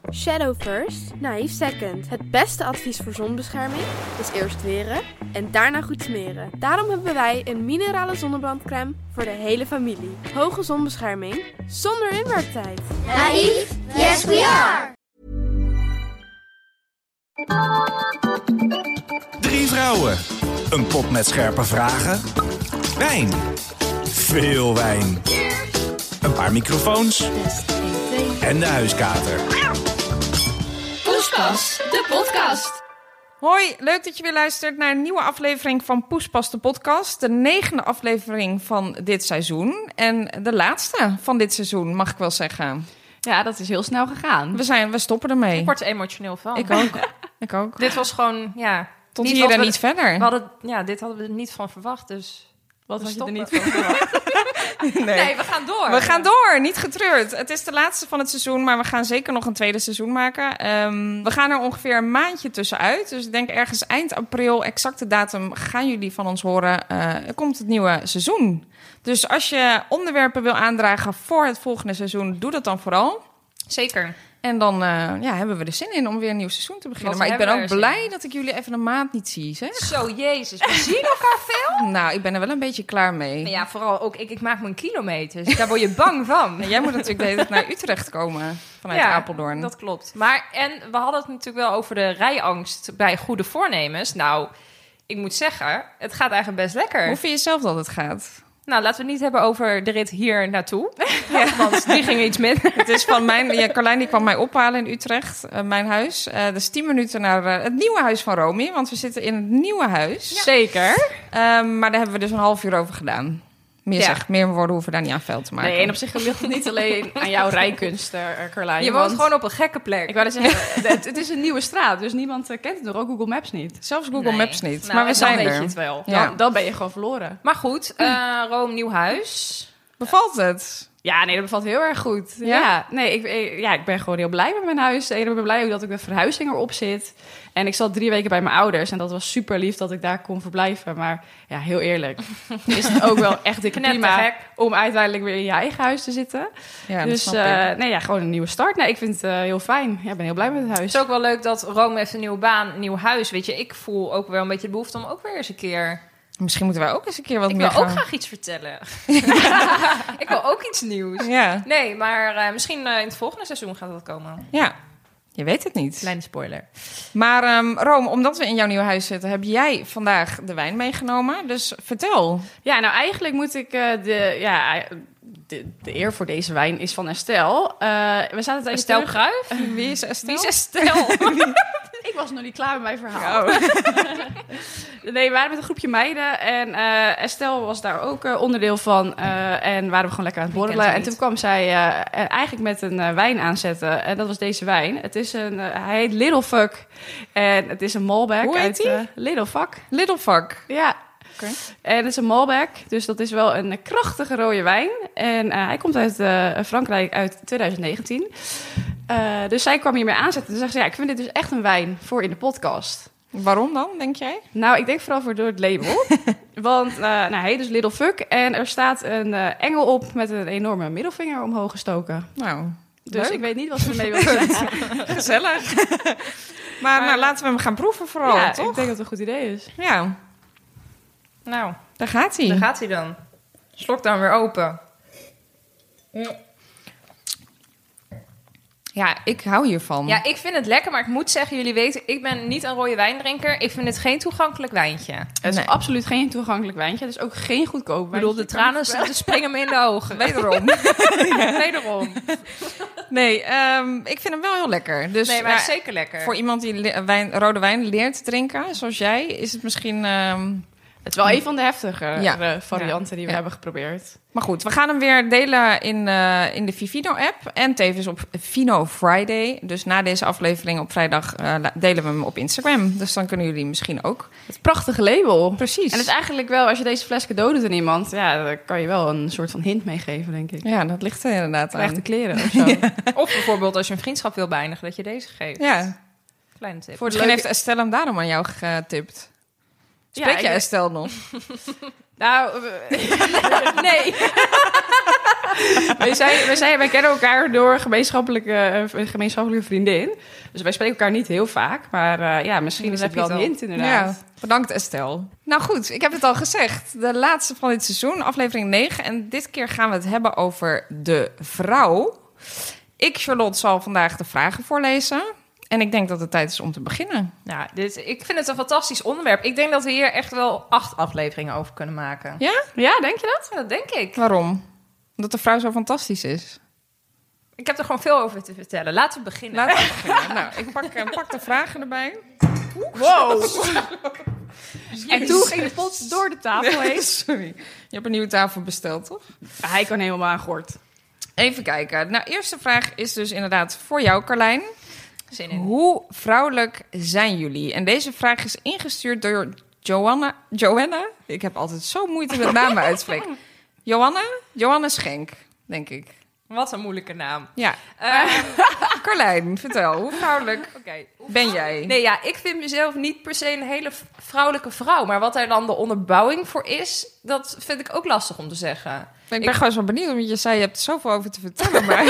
Shadow first, naïef second. Het beste advies voor zonbescherming is eerst weren en daarna goed smeren. Daarom hebben wij een minerale zonnebrandcrème voor de hele familie. Hoge zonbescherming zonder inwerktijd. Naïef? Yes we are! 3 vrouwen. Een pot met scherpe vragen. Wijn. Veel wijn. Een paar microfoons. En de huiskater. Poespas, de podcast. Hoi, leuk dat je weer luistert naar een nieuwe aflevering van Poespas, de podcast. De 9e aflevering van dit seizoen. En de laatste van dit seizoen, mag ik wel zeggen. Ja, dat is heel snel gegaan. We stoppen ermee. Ik word er emotioneel van. Ik ook. Dit was gewoon, Tot hier en niet verder. Dit hadden we er niet van verwacht, dus... Wat had je er niet van verwacht? Nee, we gaan door. We gaan door, niet getreurd. Het is de laatste van het seizoen, maar we gaan zeker nog een tweede seizoen maken. We gaan er ongeveer een maandje tussenuit. Dus ik denk ergens eind april, exacte datum, gaan jullie van ons horen. Er komt het nieuwe seizoen. Dus als je onderwerpen wil aandragen voor het volgende seizoen, doe dat dan vooral. Zeker. En dan hebben we er zin in om weer een nieuw seizoen te beginnen. Maar ik ben ook blij dat ik jullie even een maand niet zie, zeg. Zo, jezus. We zien elkaar veel. Nou, ik ben er wel een beetje klaar mee. Maar ja, vooral ook, ik maak mijn kilometers. Daar word je bang van. En jij moet natuurlijk de hele tijd naar Utrecht komen vanuit Apeldoorn. Dat klopt. En we hadden het natuurlijk wel over de rijangst bij goede voornemens. Nou, ik moet zeggen, het gaat eigenlijk best lekker. Hoe vind je zelf dat het gaat? Nou, laten we het niet hebben over de rit hier naartoe. Want die ging iets minder. Het is van Carlijn die kwam mij ophalen in Utrecht, mijn huis. Dus 10 minuten naar het nieuwe huis van Romy. Want we zitten in het nieuwe huis. Ja. Zeker. Maar daar hebben we dus een half uur over gedaan. Meer woorden hoeven daar niet aan vuil te maken. Nee, en op zich ligt het niet alleen aan jouw rijkunst, Carlijn. Je woont gewoon op een gekke plek. Ik wou zeggen, het is een nieuwe straat, dus niemand kent het nog. Ook Google Maps niet. Zelfs Google Maps niet. Nou, maar we zijn dan er. weet je het wel. Ja. Dan ben je gewoon verloren. Maar goed, Rome, nieuw huis. Bevalt het? Ja, nee, dat bevalt heel erg goed. Ja? Ik ben gewoon heel blij met mijn huis. En ik ben blij ook dat ik de verhuizing erop zit. En ik zat 3 weken bij mijn ouders. En dat was super lief dat ik daar kon verblijven. Maar ja, heel eerlijk. Is het ook wel echt dikke prima om uiteindelijk weer in je eigen huis te zitten. Ja, dus gewoon een nieuwe start. Nee, ik vind het heel fijn. Ja, ik ben heel blij met het huis. Het is ook wel leuk dat Rome heeft een nieuwe baan, een nieuw huis. Weet je, ik voel ook wel een beetje de behoefte om ook weer eens een keer... Misschien moeten wij ook eens een keer wat ik meer wil ook graag iets vertellen. Ik wil ook iets nieuws. Ja. Nee, maar misschien in het volgende seizoen gaat dat komen. Ja, je weet het niet. Kleine spoiler. Maar Rome, omdat we in jouw nieuwe huis zitten, heb jij vandaag de wijn meegenomen. Dus vertel. Ja, nou eigenlijk moet ik de eer voor deze wijn is van Estelle. We zaten tegen Estelle Kruijff? Wie is Estelle? Wie is Estelle? Ik was nog niet klaar met mijn verhaal. Oh. Nee, we waren met een groepje meiden en Estelle was daar ook onderdeel van. En waren we gewoon lekker aan het borrelen. En toen kwam zij eigenlijk met een wijn aanzetten. En dat was deze wijn. Het is hij heet Little Fuck. En het is een Malbec. Hoe heet die? Little Fuck. Little Fuck. Ja. Okay. En het is een Malbec, dus dat is wel een krachtige rode wijn. En hij komt uit Frankrijk uit 2019. Dus zij kwam hiermee aanzetten. Dus zei ze, ik vind dit dus echt een wijn voor in de podcast. Waarom dan, denk jij? Nou, ik denk vooral door het label. Want hij heet dus Little Fuck. En er staat een engel op met een enorme middelvinger omhoog gestoken. Nou, dus leuk. ik weet niet wat ze ermee wil zeggen. Gezellig. maar laten we hem gaan proeven vooral, ja, toch? Ik denk dat het een goed idee is. Ja. Nou, daar gaat hij. Daar gaat hij dan. Slok dan weer open. Ja, ik hou hiervan. Ja, ik vind het lekker, maar ik moet zeggen, jullie weten, ik ben niet een rode wijndrinker. Ik vind het geen toegankelijk wijntje. Het is absoluut geen toegankelijk wijntje. Het is ook geen goedkoop wijntje. Ik bedoel, de tranen springen me in de ogen. Wederom. Wederom. Nee, ik vind hem wel heel lekker. Dus, nee, maar zeker lekker. Voor iemand die rode wijn leert drinken, zoals jij, is het misschien... Het is wel een van de heftige varianten die we hebben geprobeerd. Maar goed, we gaan hem weer delen in de Vivino-app en tevens op Vino Friday. Dus na deze aflevering op vrijdag delen we hem op Instagram. Dus dan kunnen jullie misschien ook... Het prachtige label. Precies. En het is eigenlijk wel, als je deze fles cadeau doet aan iemand... ja, dan kan je wel een soort van hint meegeven, denk ik. Ja, dat ligt er inderdaad aan. Echte kleren of zo. Ja. Of bijvoorbeeld als je een vriendschap wil beëindigen, dat je deze geeft. Ja. Kleine tip. Misschien heeft Estelle hem daarom aan jou getipt. Spreek je Estelle nog? Nou, Nee. wij kennen elkaar door een gemeenschappelijke vriendin. Dus wij spreken elkaar niet heel vaak. Maar misschien is het wel een hint, inderdaad. Ja, bedankt Estelle. Nou goed, ik heb het al gezegd. De laatste van dit seizoen, aflevering 9. En dit keer gaan we het hebben over de vrouw. Ik, Charlotte, zal vandaag de vragen voorlezen. En ik denk dat het tijd is om te beginnen. Nou, ik vind het een fantastisch onderwerp. Ik denk dat we hier echt wel 8 afleveringen over kunnen maken. Ja? Ja, denk je dat? Ja, dat denk ik. Waarom? Omdat de vrouw zo fantastisch is. Ik heb er gewoon veel over te vertellen. Laten we beginnen. Laten we beginnen. Nou, ik pak de vragen erbij. Wow! En toen ging de pot door de tafel heen. Sorry. Je hebt een nieuwe tafel besteld, toch? Hij kan helemaal aangort. Even kijken. Nou, eerste vraag is dus inderdaad voor jou, Carlijn. Zin in. Hoe vrouwelijk zijn jullie? En deze vraag is ingestuurd door Joanna. Ik heb altijd zo moeite met namen uitspreken. Joanna Schenk, denk ik. Wat een moeilijke naam. Ja. Carlijn, vertel, hoe vrouwelijk ben jij? Nee, ja, ik vind mezelf niet per se een hele vrouwelijke vrouw. Maar wat er dan de onderbouwing voor is, dat vind ik ook lastig om te zeggen. Ik ben gewoon zo benieuwd, want je zei je hebt er zoveel over te vertellen, maar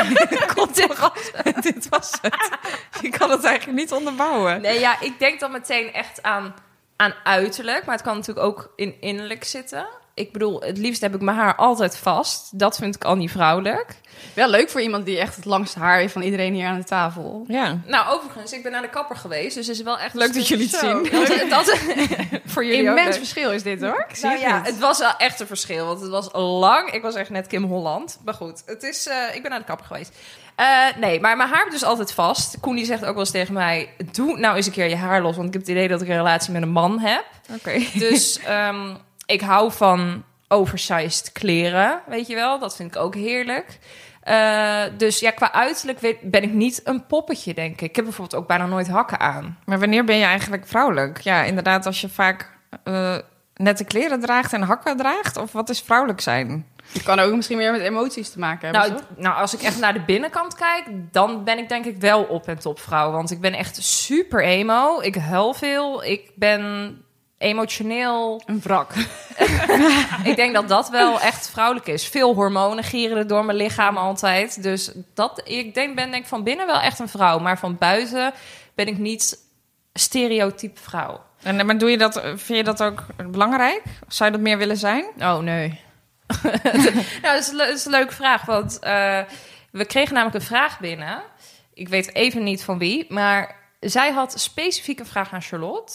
dit was het. Je kan het eigenlijk niet onderbouwen. Nee, ja, ik denk dan meteen echt aan uiterlijk. Maar het kan natuurlijk ook in innerlijk zitten. Ik bedoel, het liefst heb ik mijn haar altijd vast. Dat vind ik al niet vrouwelijk. Wel leuk voor iemand die echt het langste haar heeft van iedereen hier aan de tafel. Ja. Nou, overigens, ik ben naar de kapper geweest. Dus het is wel echt... Leuk dat jullie het zien. Dat voor jullie ook Immens leuk. verschil is dit, hoor. Nou ja, het was wel echt een verschil. Want het was lang. Ik was echt net Kim Holland. Maar goed, het is, ik ben naar de kapper geweest. Nee, maar mijn haar dus altijd vast. Koen die zegt ook wel eens tegen mij... Doe nou eens een keer je haar los. Want ik heb het idee dat ik een relatie met een man heb. Oké. Dus ik hou van oversized kleren, weet je wel. Dat vind ik ook heerlijk. Dus ja, qua uiterlijk ben ik niet een poppetje, denk ik. Ik heb bijvoorbeeld ook bijna nooit hakken aan. Maar wanneer ben je eigenlijk vrouwelijk? Ja, inderdaad, als je vaak nette kleren draagt en hakken draagt. Of wat is vrouwelijk zijn? Het kan ook misschien meer met emoties te maken hebben, toch? Nou, als ik echt naar de binnenkant kijk, dan ben ik denk ik wel op en top vrouw. Want ik ben echt super emo. Ik huil veel. Ik ben emotioneel Een wrak. Ik denk dat dat wel echt vrouwelijk is. Veel hormonen gieren er door mijn lichaam altijd. Dus ik ben van binnen wel echt een vrouw. Maar van buiten ben ik niet stereotype vrouw. Maar vind je dat ook belangrijk? Zou je dat meer willen zijn? Oh, nee. Nou, dat is een leuke vraag. Want we kregen namelijk een vraag binnen. Ik weet even niet van wie, maar zij had specifiek een vraag aan Charlotte.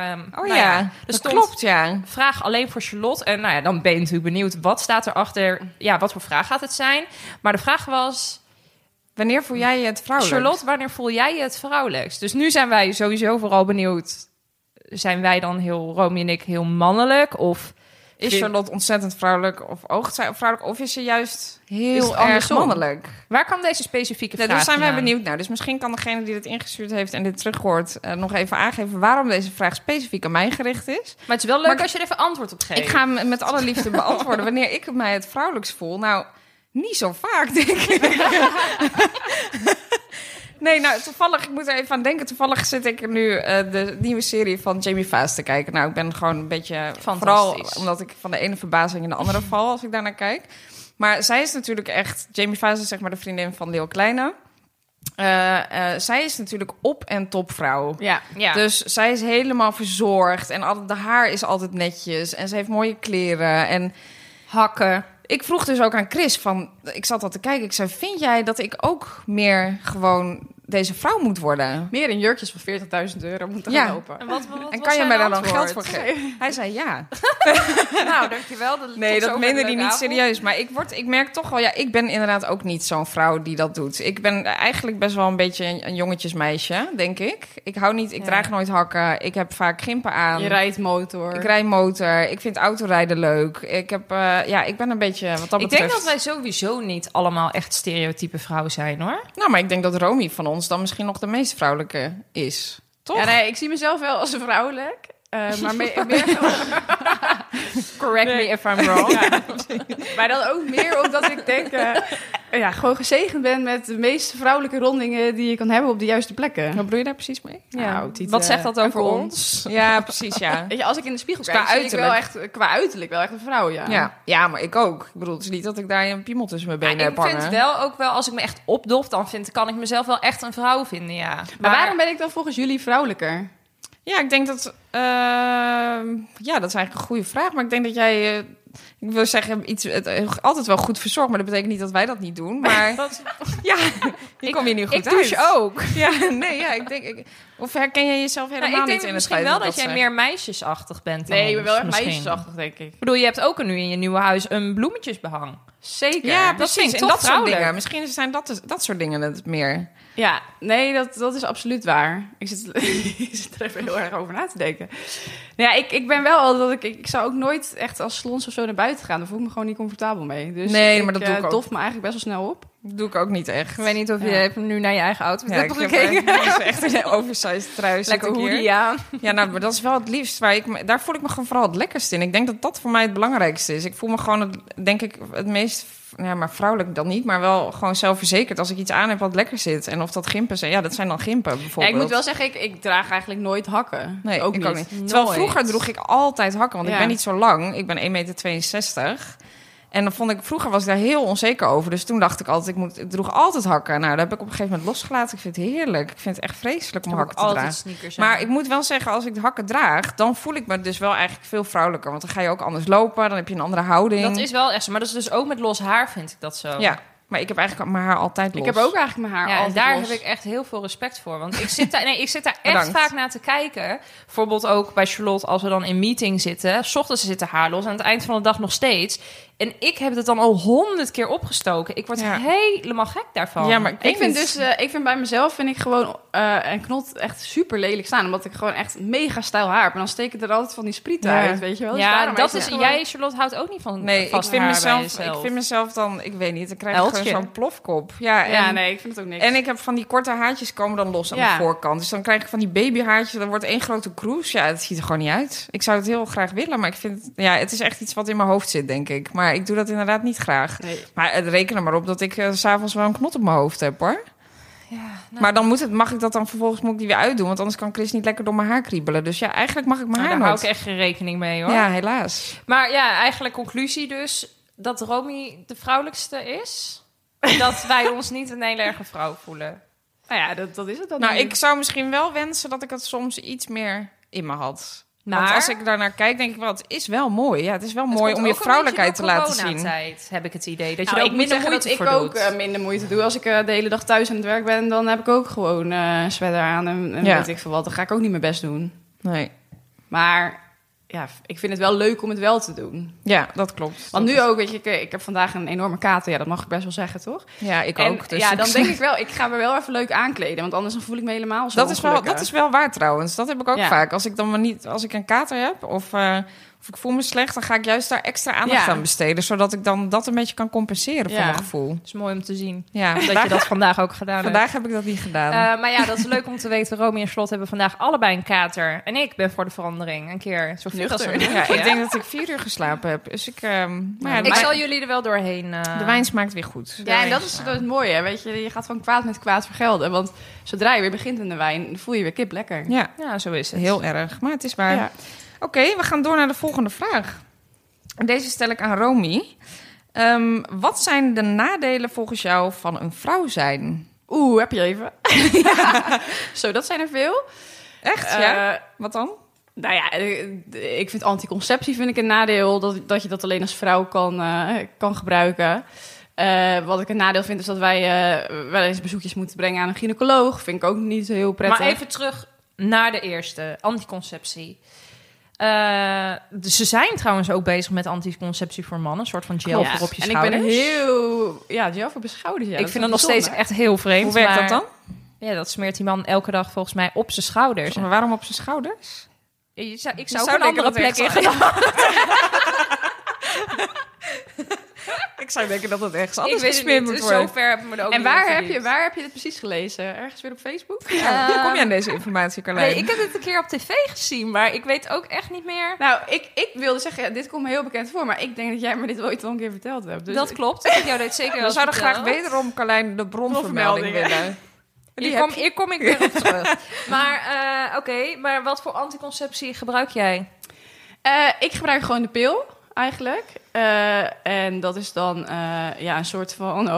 Dat klopt, ja. Vraag alleen voor Charlotte. En nou ja, dan ben je natuurlijk benieuwd, wat staat erachter? Ja, wat voor vraag gaat het zijn? Maar de vraag was... Wanneer voel jij je het vrouwelijk? Charlotte, wanneer voel jij je het vrouwelijkst? Dus nu zijn wij sowieso vooral benieuwd. Zijn wij dan Romy en ik heel mannelijk? Of is Charlotte ontzettend vrouwelijk of oogt zij vrouwelijk? Of is ze juist heel erg andersom? mannelijk? waar kan deze specifieke vraag Daar zijn wij vandaan? benieuwd naar. Dus misschien kan degene die dit ingestuurd heeft en dit terughoort nog even aangeven waarom deze vraag specifiek aan mij gericht is. Maar het is wel leuk Maar als je er even antwoord op geeft. Ik ga hem met alle liefde beantwoorden wanneer ik mij het vrouwelijkst voel. Nou, niet zo vaak, denk ik. Nee, nou, toevallig, ik moet er even aan denken. Toevallig zit ik nu de nieuwe serie van Jamie Vaas te kijken. Nou, ik ben gewoon een beetje... Vooral omdat ik van de ene verbazing in de andere val als ik daarnaar kijk. Maar zij is natuurlijk echt... Jamie Vaas is zeg maar de vriendin van Leo Kleine. Zij is natuurlijk op- en topvrouw. Ja. Dus zij is helemaal verzorgd. En de haar is altijd netjes. En ze heeft mooie kleren. En hakken. ik vroeg dus ook aan Chris van... Ik zat al te kijken. Ik zei, vind jij dat ik ook meer gewoon deze vrouw moet worden? Meer in jurkjes van €40.000 moeten gaan lopen. En wat En was kan je zijn mij daar dan antwoord? geld voor geven? Hij zei ja. Nou, dankjewel. Nee, dat meende hij niet serieus. Maar ik merk toch wel... Ja, ik ben inderdaad ook niet zo'n vrouw die dat doet. Ik ben eigenlijk best wel een beetje een jongetjesmeisje, denk ik. Ik hou niet... Ik draag nooit hakken. Ik heb vaak gimpen aan. Je rijdt motor. Ik rijd motor. Ik vind autorijden leuk. Ik ben een beetje wat dat Ik betreft... denk dat wij sowieso niet allemaal echt stereotype vrouwen zijn, hoor. Nou, maar ik denk dat Romy van ons dan misschien nog de meest vrouwelijke is. Toch? Ja, nee, ik zie mezelf wel als een vrouwelijk. Maar meer Correct me if I'm wrong. maar dan ook meer omdat ik denk... gewoon gezegend ben met de meest vrouwelijke rondingen die je kan hebben op de juiste plekken. Wat bedoel je daar precies mee? Ja. Nou, tieten, Wat zegt dat over kont. ons? Ja, precies, ja. Weet je, als ik in de spiegel Dus kijk, qua zie ik wel echt, qua uiterlijk wel echt een vrouw, ja. Ja, maar ik ook. Ik bedoel, het is niet dat ik daar een piemel tussen mijn benen heb Ik hangen. vind wel ook wel, als ik me echt opdof, dan kan ik mezelf wel echt een vrouw vinden, ja. Maar waarom ben ik dan volgens jullie vrouwelijker? Ja, ik denk dat... dat is eigenlijk een goede vraag. Maar ik denk dat jij... ik wil zeggen, altijd wel goed verzorgd. Maar dat betekent niet dat wij dat niet doen. Maar je komt hier nu goed uit. Ik douche ook. Ja, ik denk... Of herken jij jezelf helemaal ik denk niet in het misschien feit wel dat jij zegt? meer meisjesachtig bent dan Nee, ik ben wel ons, echt misschien. meisjesachtig, denk ik. Ik bedoel, je hebt ook nu in je nieuwe huis een bloemetjesbehang. Zeker. Ja, dat precies. vind ik En toch dat soort vrouwelijk. dingen. Misschien zijn dat soort dingen het meer. Ja, nee, dat is absoluut waar. Ik zit er even heel erg over na te denken. Ja, ik ben wel al dat ik zou ook nooit echt als slons of zo naar buiten gaan. Daar voel ik me gewoon niet comfortabel mee. Dus Nee, maar dat doe ik ook. dof me eigenlijk best wel snel op. Dat doe ik ook niet echt. Ik weet niet of je nu naar je eigen outfit hebt ik gekeken. dat is echt een oversized trui. Lekker zit ik hier. hoodie aan. Ja, nou, maar dat is wel het liefst. Daar voel ik me gewoon vooral het lekkerst in. Ik denk dat dat voor mij het belangrijkste is. Ik voel me gewoon, denk ik, het meest... Ja, maar vrouwelijk dan niet, maar wel gewoon zelfverzekerd als ik iets aan heb wat lekker zit. En of dat gimpen zijn, ja, dat zijn dan gimpen bijvoorbeeld. Ja, ik moet wel zeggen, ik draag eigenlijk nooit hakken. Nee, ook ik niet. ook niet. Terwijl vroeger droeg ik altijd hakken, want Ja. ik ben niet zo lang. Ik ben 1,62 meter. En dan vroeger was ik daar heel onzeker over. Dus toen dacht ik altijd, ik droeg altijd hakken. Nou, dat heb ik op een gegeven moment losgelaten. Ik vind het heerlijk. Ik vind het echt vreselijk om hakken te dragen. Sneakers. Maar ik moet wel zeggen, als ik de hakken draag, dan voel ik me dus wel eigenlijk veel vrouwelijker. Want dan ga je ook anders lopen, dan heb je een andere houding. Dat is wel echt zo. Maar dat is dus ook met los haar, vind ik dat zo. Ja, maar ik heb eigenlijk mijn haar altijd los. Ik heb ook eigenlijk mijn haar Ja, en altijd daar los. heb ik echt heel veel respect voor. Want ik zit daar echt Bedankt. vaak naar te kijken. Bijvoorbeeld ook bij Charlotte, als we dan in meeting zitten. 's Ochtends zit haar haar los, aan het eind van de dag nog steeds. En ik heb het dan al 100 keer opgestoken. Ik word helemaal gek daarvan. Ja, maar Ik vind bij mezelf gewoon een knot echt super lelijk staan. Omdat ik gewoon echt mega stijl haar heb. En dan steken er altijd van die sprieten Ja. uit, weet je wel. Dus Ja, daarom dat het is... gewoon- Jij, Charlotte, houdt ook niet van Nee, ik vast vind, haar bij mezelf, jezelf. ik vind mezelf dan, ik weet niet, dan krijg ik Uiltje. gewoon zo'n plofkop. Ja, Ja, nee, ik vind het ook niks. En ik heb van die korte haartjes komen dan los aan Ja. de voorkant. Dus dan krijg ik van die babyhaartjes. Dan wordt één grote cruise. Ja, het ziet er gewoon niet uit. Ik zou het heel graag willen, maar ik vind het... Ja, het is echt iets wat in mijn hoofd zit, denk ik. Maar ik doe dat inderdaad niet graag. Nee. Maar reken er maar op dat ik 's s'avonds wel een knot op mijn hoofd heb, hoor. Ja, nou, Maar dan mag ik dat dan vervolgens moet ik die weer uitdoen. Want anders kan Chris niet lekker door mijn haar kriebelen. Dus ja, eigenlijk mag ik mijn haar daar hou nooit. ik echt geen rekening mee, hoor. Ja, helaas. Maar ja, eigenlijk conclusie dus... dat Romy de vrouwelijkste is. Dat wij ons niet een hele erge vrouw voelen. Nou ja, dat is het dan. Nou, nu. ik zou misschien wel wensen dat ik het soms iets meer in me had. Want Maar- als ik daarnaar kijk, denk ik wel, het is wel mooi. Ja, het is wel Het mooi komt om je ook een vrouwelijkheid te beetje door laten zien. coronatijd, heb ik het idee. Dat je Nou, er ik ook moet minder zeggen moeite dat ik voor ook doet. minder moeite doe. Als ik de hele dag thuis aan het werk ben, dan heb ik ook gewoon sweater aan en Ja. weet ik veel wat. Dan ga ik ook niet mijn best doen. Nee. Maar ja, ik vind het wel leuk om het wel te doen. Ja, dat klopt. Want Dat nu is- ook, weet je, ik heb vandaag een enorme kater. Ja, dat mag ik best wel zeggen, toch? Ja, ik En ook. Dus ja, ik- dan denk ik wel, ik ga me wel even leuk aankleden. Want anders dan voel ik me helemaal zo dat is wel waar trouwens. Dat heb ik ook Ja. vaak. Als ik een kater heb of ik voel me slecht, dan ga ik juist daar extra aandacht Ja. aan besteden, zodat ik dan dat een beetje kan compenseren voor Ja. mijn gevoel. Dat is mooi om te zien. Ja, Dat je dat vandaag ook gedaan hebt. vandaag heb ik dat niet gedaan. Maar ja, dat is leuk om te weten. Romy en Charlotte hebben vandaag allebei een kater. En ik ben voor de verandering een keer zo fit als Nuchter. een Ja, ik denk dat ik 4 uur geslapen heb. Dus maar ja, Ik zal jullie er wel doorheen... de wijn smaakt weer goed. Ja, en dat is het mooie, hè? Weet je gaat van kwaad met kwaad vergelden. Want zodra je weer begint in de wijn, dan voel je weer kip lekker. Ja, Ja, zo is het. heel erg. Maar het is waar. Ja. Oké, we gaan door naar de volgende vraag. En deze stel ik aan Romy. Wat zijn de nadelen volgens jou van een vrouw zijn? Oeh, heb je even? Zo, dat zijn er veel. Echt? Ja? Wat dan? Nou ja, ik vind anticonceptie vind ik een nadeel. Dat je dat alleen als vrouw kan gebruiken. Wat ik een nadeel vind is dat wij wel eens bezoekjes moeten brengen aan een gynaecoloog. Vind ik ook niet heel prettig. Maar even terug naar de eerste, anticonceptie. Ze zijn trouwens ook bezig met anticonceptie voor mannen. Een soort van gel voor op je en schouders. ik ben heel... Ja, gel voor mijn schouders. Ja, ik dat vind is dat nog bijzonder. steeds echt heel vreemd. Hoe werkt maar- dat dan? Ja, dat smeert die man elke dag volgens mij op zijn schouders. Maar waarom op zijn schouders? Ik zou zou ook een denken andere dat plek het in echt gedaan. Ik zou denken dat het ergens Ik anders weet het gesmeerd niet. moet worden. Zover heb ik me er ook En niet in waar heb je dit precies gelezen? Ergens weer op Facebook? Hoe kom je aan deze informatie, Carlijn? Nee, ik heb dit een keer op tv gezien, maar ik weet ook echt niet meer. Nou, ik wilde zeggen, dit komt me heel bekend voor, maar ik denk dat jij me dit ooit al een keer verteld hebt. Dus Dat klopt. Ik heb jou dit zeker We wel zouden graag verteld. wederom, Carlijn, de bronvermelding Bronvermeldingen. willen. Hier kom ik weer op terug. Maar oké, maar wat voor anticonceptie gebruik jij? ik gebruik gewoon de pil, eigenlijk. En dat is dan een soort van...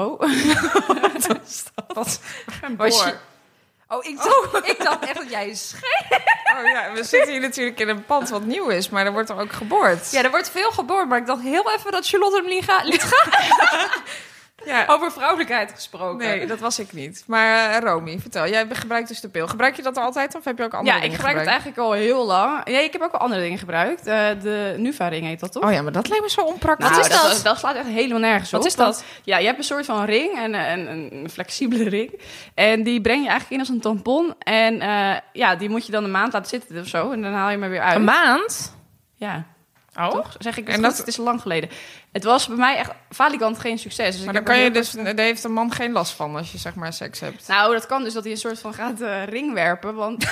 Wat? Een Was boor. je... Oh, ik dacht echt dat jij een scheet... Oh ja, we zitten hier natuurlijk in een pand wat nieuw is, maar er wordt er ook geboord. Ja, er wordt veel geboord, maar ik dacht heel even dat Charlotte hem liet gaan. Ja. Over vrouwelijkheid gesproken. Nee, dat was ik niet. Maar Romy, vertel. Jij gebruikt dus de pil. Gebruik je dat altijd of heb je ook andere Ja, ik dingen gebruik het gebruikt? eigenlijk al heel lang. Ja, ik heb ook wel andere dingen gebruikt. De Nuva-ring heet dat, toch? Oh ja, maar dat lijkt me zo onpraktisch. Nou, Wat is dat? Dat slaat echt helemaal nergens op. Wat is dat? Want, ja, je hebt een soort van ring, een flexibele ring. En die breng je eigenlijk in als een tampon. En die moet je dan een maand laten zitten of zo. En dan haal je hem er weer uit. Een maand? Ja, Oh? toch? Zeg ik het En goed? dat- Het is lang geleden. Het was bij mij echt valikant geen succes. Dus Maar ik dan heb kan je er dus, daar heeft een man geen last van als je zeg maar seks hebt. Nou, dat kan dus dat hij een soort van gaat ring werpen, want...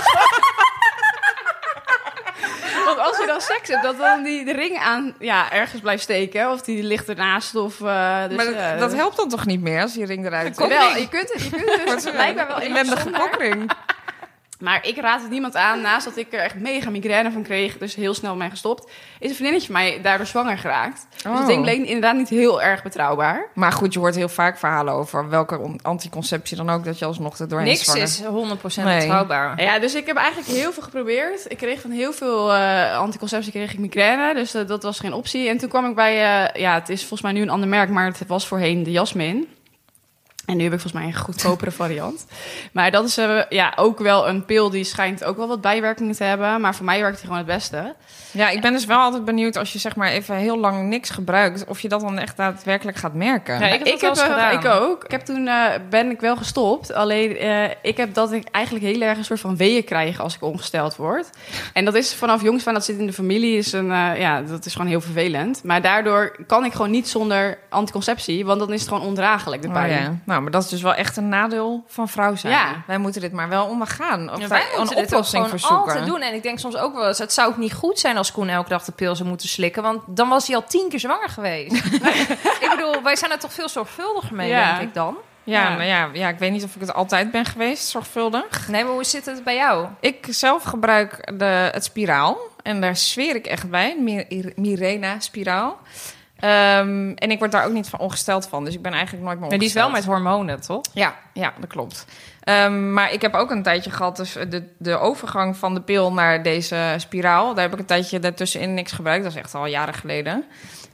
Want als je dan seks hebt, dat dan de ring aan ergens blijft steken. Of die ligt ernaast. Of, dus, Maar dat helpt dan toch niet meer als die ring eruit komt? Wel, je kunt het dus blijkbaar wel even Ellendige zonder. kokring. Maar ik raad het niemand aan. Naast dat ik er echt mega migraine van kreeg, dus heel snel mee gestopt, is een vriendinnetje van mij daardoor zwanger geraakt. Dus Oh. het ding bleek inderdaad niet heel erg betrouwbaar. Maar goed, je hoort heel vaak verhalen over welke anticonceptie dan ook, dat je alsnog er doorheen Niks zwanger. is 100% Nee. betrouwbaar. Ja, dus ik heb eigenlijk heel veel geprobeerd. Ik kreeg van heel veel anticonceptie kreeg ik migraine, dus dat was geen optie. En toen kwam ik bij, het is volgens mij nu een ander merk, maar het was voorheen de Jasmin. En nu heb ik volgens mij een goedkopere variant. Maar dat is ook wel een pil die schijnt ook wel wat bijwerkingen te hebben. Maar voor mij werkt die gewoon het beste. Ja, ik ben dus wel altijd benieuwd als je zeg maar even heel lang niks gebruikt, of je dat dan echt daadwerkelijk gaat merken. Ja, ik heb dat wel eens gedaan. Ik ook. Ik heb toen ben ik wel gestopt. Alleen ik heb dat ik eigenlijk heel erg een soort van weeën krijg als ik ongesteld word. En dat is vanaf jongs van, dat zit in de familie, dat is gewoon heel vervelend. Maar daardoor kan ik gewoon niet zonder anticonceptie, want dan is het gewoon ondraaglijk, de Oh, pijn. ja. Nou, maar dat is dus wel echt een nadeel van vrouw zijn. Ja. Wij moeten dit maar wel ondergaan. Of Ja, daar wij een moeten dit ook oplossing gewoon voor zoeken. altijd doen. En ik denk soms ook wel eens, het zou ook niet goed zijn als Koen elke dag de pil zou moeten slikken. Want dan was hij al 10 keer zwanger geweest. Ik bedoel, wij zijn er toch veel zorgvuldiger mee, Ja. denk ik dan. Ja, Ja. nou ja, ik weet niet of ik het altijd ben geweest, zorgvuldig. Nee, maar hoe zit het bij jou? Ik zelf gebruik het spiraal. En daar zweer ik echt bij. Mirena spiraal. En ik word daar ook niet van ongesteld van. Dus ik ben eigenlijk nooit meer Maar die is wel ongesteld. met hormonen, toch? Ja, dat klopt. Maar ik heb ook een tijdje gehad, dus de overgang van de pil naar deze spiraal. Daar heb ik een tijdje daartussenin niks gebruikt. Dat is echt al jaren geleden.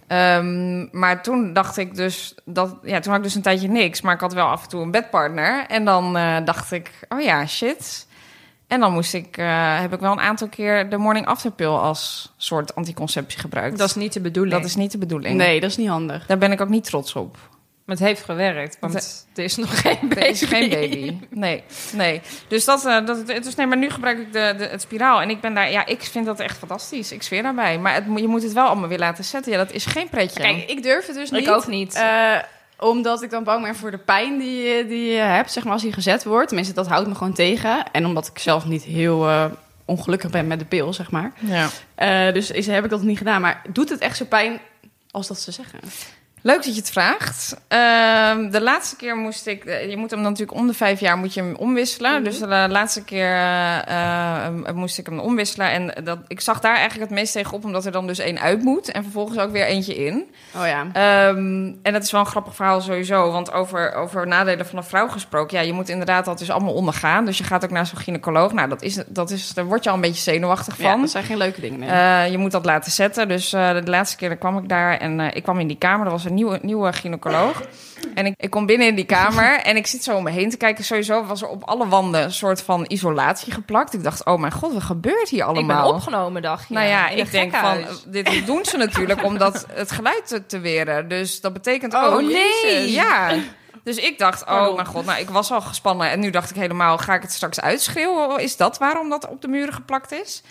Maar toen dacht ik dus toen had ik dus een tijdje niks. Maar ik had wel af en toe een bedpartner. En dan dacht ik, oh ja, shit. En dan heb ik wel een aantal keer de morning after pill als soort anticonceptie gebruikt. Dat is niet de bedoeling. Dat is niet de bedoeling. Nee, dat is niet handig. Daar ben ik ook niet trots op. Maar het heeft gewerkt, want er is nog geen baby. Er is geen baby. Nee. Dus maar nu gebruik ik het spiraal. En ik ben daar, ik vind dat echt fantastisch. Ik zweer daarbij. Maar je moet het wel allemaal weer laten zetten. Ja, dat is geen pretje. Kijk, ik durf het dus Ik niet. ook niet. Omdat ik dan bang ben voor de pijn die je hebt, zeg maar, als die gezet wordt. Tenminste, dat houdt me gewoon tegen. En omdat ik zelf niet heel ongelukkig ben met de pil, zeg maar. Ja. Dus heb ik dat niet gedaan. Maar doet het echt zo pijn als dat ze zeggen? Leuk dat je het vraagt. De laatste keer moest ik... je moet hem natuurlijk om de 5 jaar moet je hem omwisselen. Mhm. Dus de laatste keer moest ik hem omwisselen. En ik zag daar eigenlijk het meest tegen op, omdat er dan dus 1 uit moet. En vervolgens ook weer eentje in. Oh ja. En dat is wel een grappig verhaal sowieso. Want over nadelen van een vrouw gesproken. Ja, je moet inderdaad dat dus allemaal ondergaan. Dus je gaat ook naar zo'n gynaecoloog. Nou, daar word je al een beetje zenuwachtig van. Ja, dat zijn geen leuke dingen. Nee. Je moet dat laten zetten. Dus de laatste keer kwam ik daar en ik kwam in die kamer. Er was een nieuwe gynaecoloog. En ik kom binnen in die kamer en ik zit zo om me heen te kijken. Sowieso was er op alle wanden een soort van isolatie geplakt. Ik dacht, oh mijn god, wat gebeurt hier allemaal? Ik ben opgenomen, dacht je. Nou ja, in een ik denk van, gekhuis. dit doen ze natuurlijk om het geluid te weren. Dus dat betekent Oh, ook... Jezus. Ja. Dus ik dacht, oh mijn god, nou ik was al gespannen. En nu dacht ik helemaal, ga ik het straks uitschreeuwen? Is dat waarom dat op de muren geplakt is?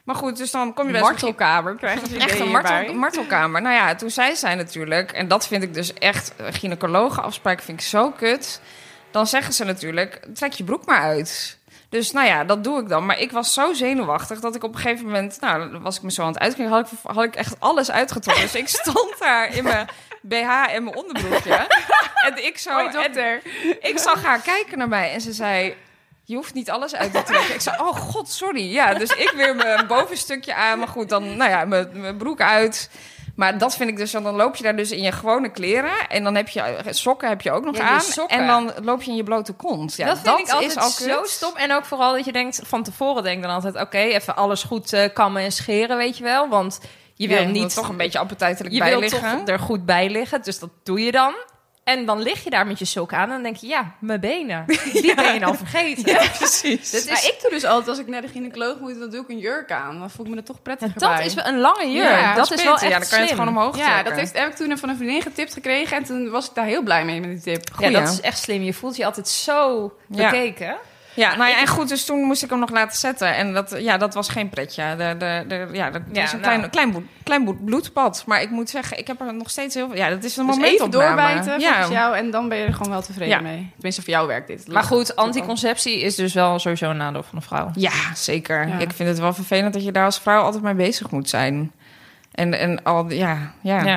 Maar goed, dus dan kom je bij martelkamer krijgen ze echt een martelkamer. Nou ja, toen zei zij natuurlijk... en dat vind ik dus echt... gynaecologenafspraak vind ik zo kut. Dan zeggen ze natuurlijk... trek je broek maar uit. Dus nou ja, dat doe ik dan. Maar ik was zo zenuwachtig dat ik op een gegeven moment... nou, dan was ik me zo aan het uitkijken... had ik echt alles uitgetrokken. Dus ik stond daar in mijn BH en mijn onderbroekje. En ik zo... Hoi, dokter. Ik zag haar kijken naar mij en ze zei... je hoeft niet alles uit te trekken. Ik zei, oh god, sorry. Ja, dus ik weer mijn bovenstukje aan. Maar goed, dan, nou ja, mijn broek uit. Maar dat vind ik dus, dan loop je daar dus in je gewone kleren. En dan heb je sokken heb je ook nog aan. Sokken. En dan loop je in je blote kont. Ja, dat vind ik altijd is al zo stom. En ook vooral dat je denkt, van tevoren denk dan altijd... oké, even alles goed kammen en scheren, weet je wel. Want je wil niet... toch een beetje appetijtelijk je bij wil liggen. toch er goed bij liggen. Dus dat doe je dan. En dan lig je daar met je sok aan en dan denk je... ja, mijn benen. Die ben je dan vergeten. Ja, precies. Maar ik doe dus altijd, als ik naar de gynaecoloog moet... dan doe ik een jurk aan. Dan voel ik me er toch prettiger Dat bij. is wel een lange jurk. Ja, dat is wel echt ja, dan kan je het gewoon omhoog trekken. Ja, dat heb ik toen van een vriendin getipt gekregen... en toen was ik daar heel blij mee met die tip. Ja, dat is echt slim. Je voelt je altijd zo bekeken. Ja, nou ja, en goed, dus toen moest ik hem nog laten zetten. En dat was geen pretje. Dat was een klein bloedbad. Maar ik moet zeggen, ik heb er nog steeds heel veel... Ja, dat is een dus moment even doorbijten volgens jou... en dan ben je er gewoon wel tevreden mee. Tenminste, voor jou werkt dit. Maar goed, anticonceptie is dus wel sowieso een nadeel van een vrouw. Ja, zeker. Ja. Ik vind het wel vervelend dat je daar als vrouw altijd mee bezig moet zijn. En al, ja.